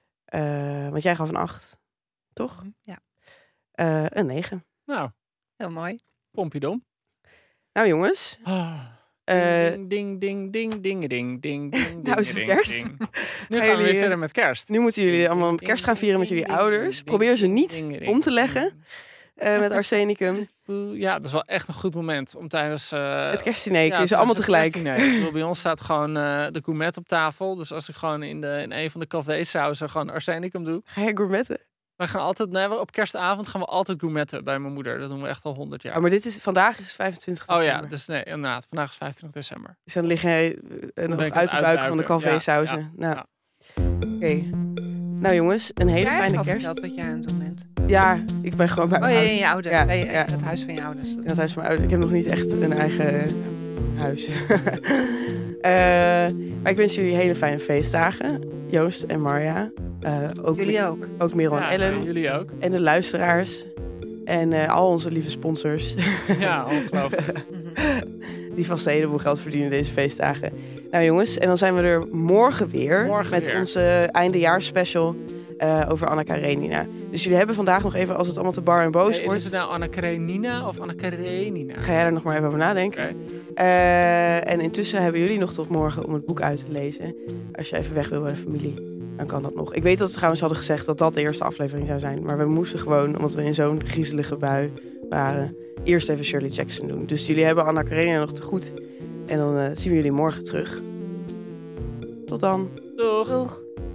Uh, want jij gaf een acht, toch? Ja. Uh, een negen. Nou. Heel mooi. Pompiedom. Nou jongens... Oh. Uh, ding, ding, ding, ding, ding, ding, ding, ding. Nou is het ding, kerst. Ding. Nu gaan, gaan we weer verder met kerst. Nu moeten jullie allemaal kerst gaan vieren met jullie ouders. Probeer ze niet om te leggen uh, met arsenicum. Ja, dat is wel echt een goed moment om tijdens... Uh, het kerstdiner, ja, kun je ze allemaal tegelijk. Bedoel, bij ons staat gewoon uh, de gourmet op tafel. Dus als ik gewoon in, de, in een van de cafés sausen gewoon arsenicum doe. Ga jij gourmetten? We gaan altijd, nee, op kerstavond gaan we altijd gourmetten bij mijn moeder. Dat doen we echt al honderd jaar. Oh, maar dit is, vandaag is vijfentwintig december. Oh ja, dus nee, inderdaad. Vandaag is vijfentwintig december. Dus dan lig jij uh, nog uit de buik van de cafésauzen. Ja, ja, nou, ja. Oké. Okay. Nou jongens, een hele jij fijne kerst. Verteld wat jij aan het doen bent. Ja, ik ben gewoon bij oh, mijn ja, ouders. je ouders. Ja, bij je, ja. Het huis van je ouders. In het huis van mijn ouders. Ik heb nog niet echt een eigen huis. uh, maar ik wens jullie hele fijne feestdagen. Joost en Marja. Uh, ook jullie ook. Ook Merel ja, en Ellen. Ja, jullie ook. En de luisteraars. En uh, al onze lieve sponsors. Ja, ongelooflijk. Die vast een heleboel geld verdienen deze feestdagen. Nou jongens, en dan zijn we er morgen weer. Morgen met weer. onze eindejaarsspecial uh, over Anna Karenina. Dus jullie hebben vandaag nog even, als het allemaal te bar en boos hey, wordt... Is het nou Anna Karenina of Anna Karenina? Ga jij daar nog maar even over nadenken. Okay. Uh, en intussen hebben jullie nog tot morgen om het boek uit te lezen. Als je even weg wil bij de familie, dan kan dat nog. Ik weet dat ze trouwens hadden gezegd dat dat de eerste aflevering zou zijn. Maar we moesten gewoon, omdat we in zo'n griezelige bui waren, eerst even Shirley Jackson doen. Dus jullie hebben Anna Karenina nog te goed. En dan uh, zien we jullie morgen terug. Tot dan. Doeg. Doeg.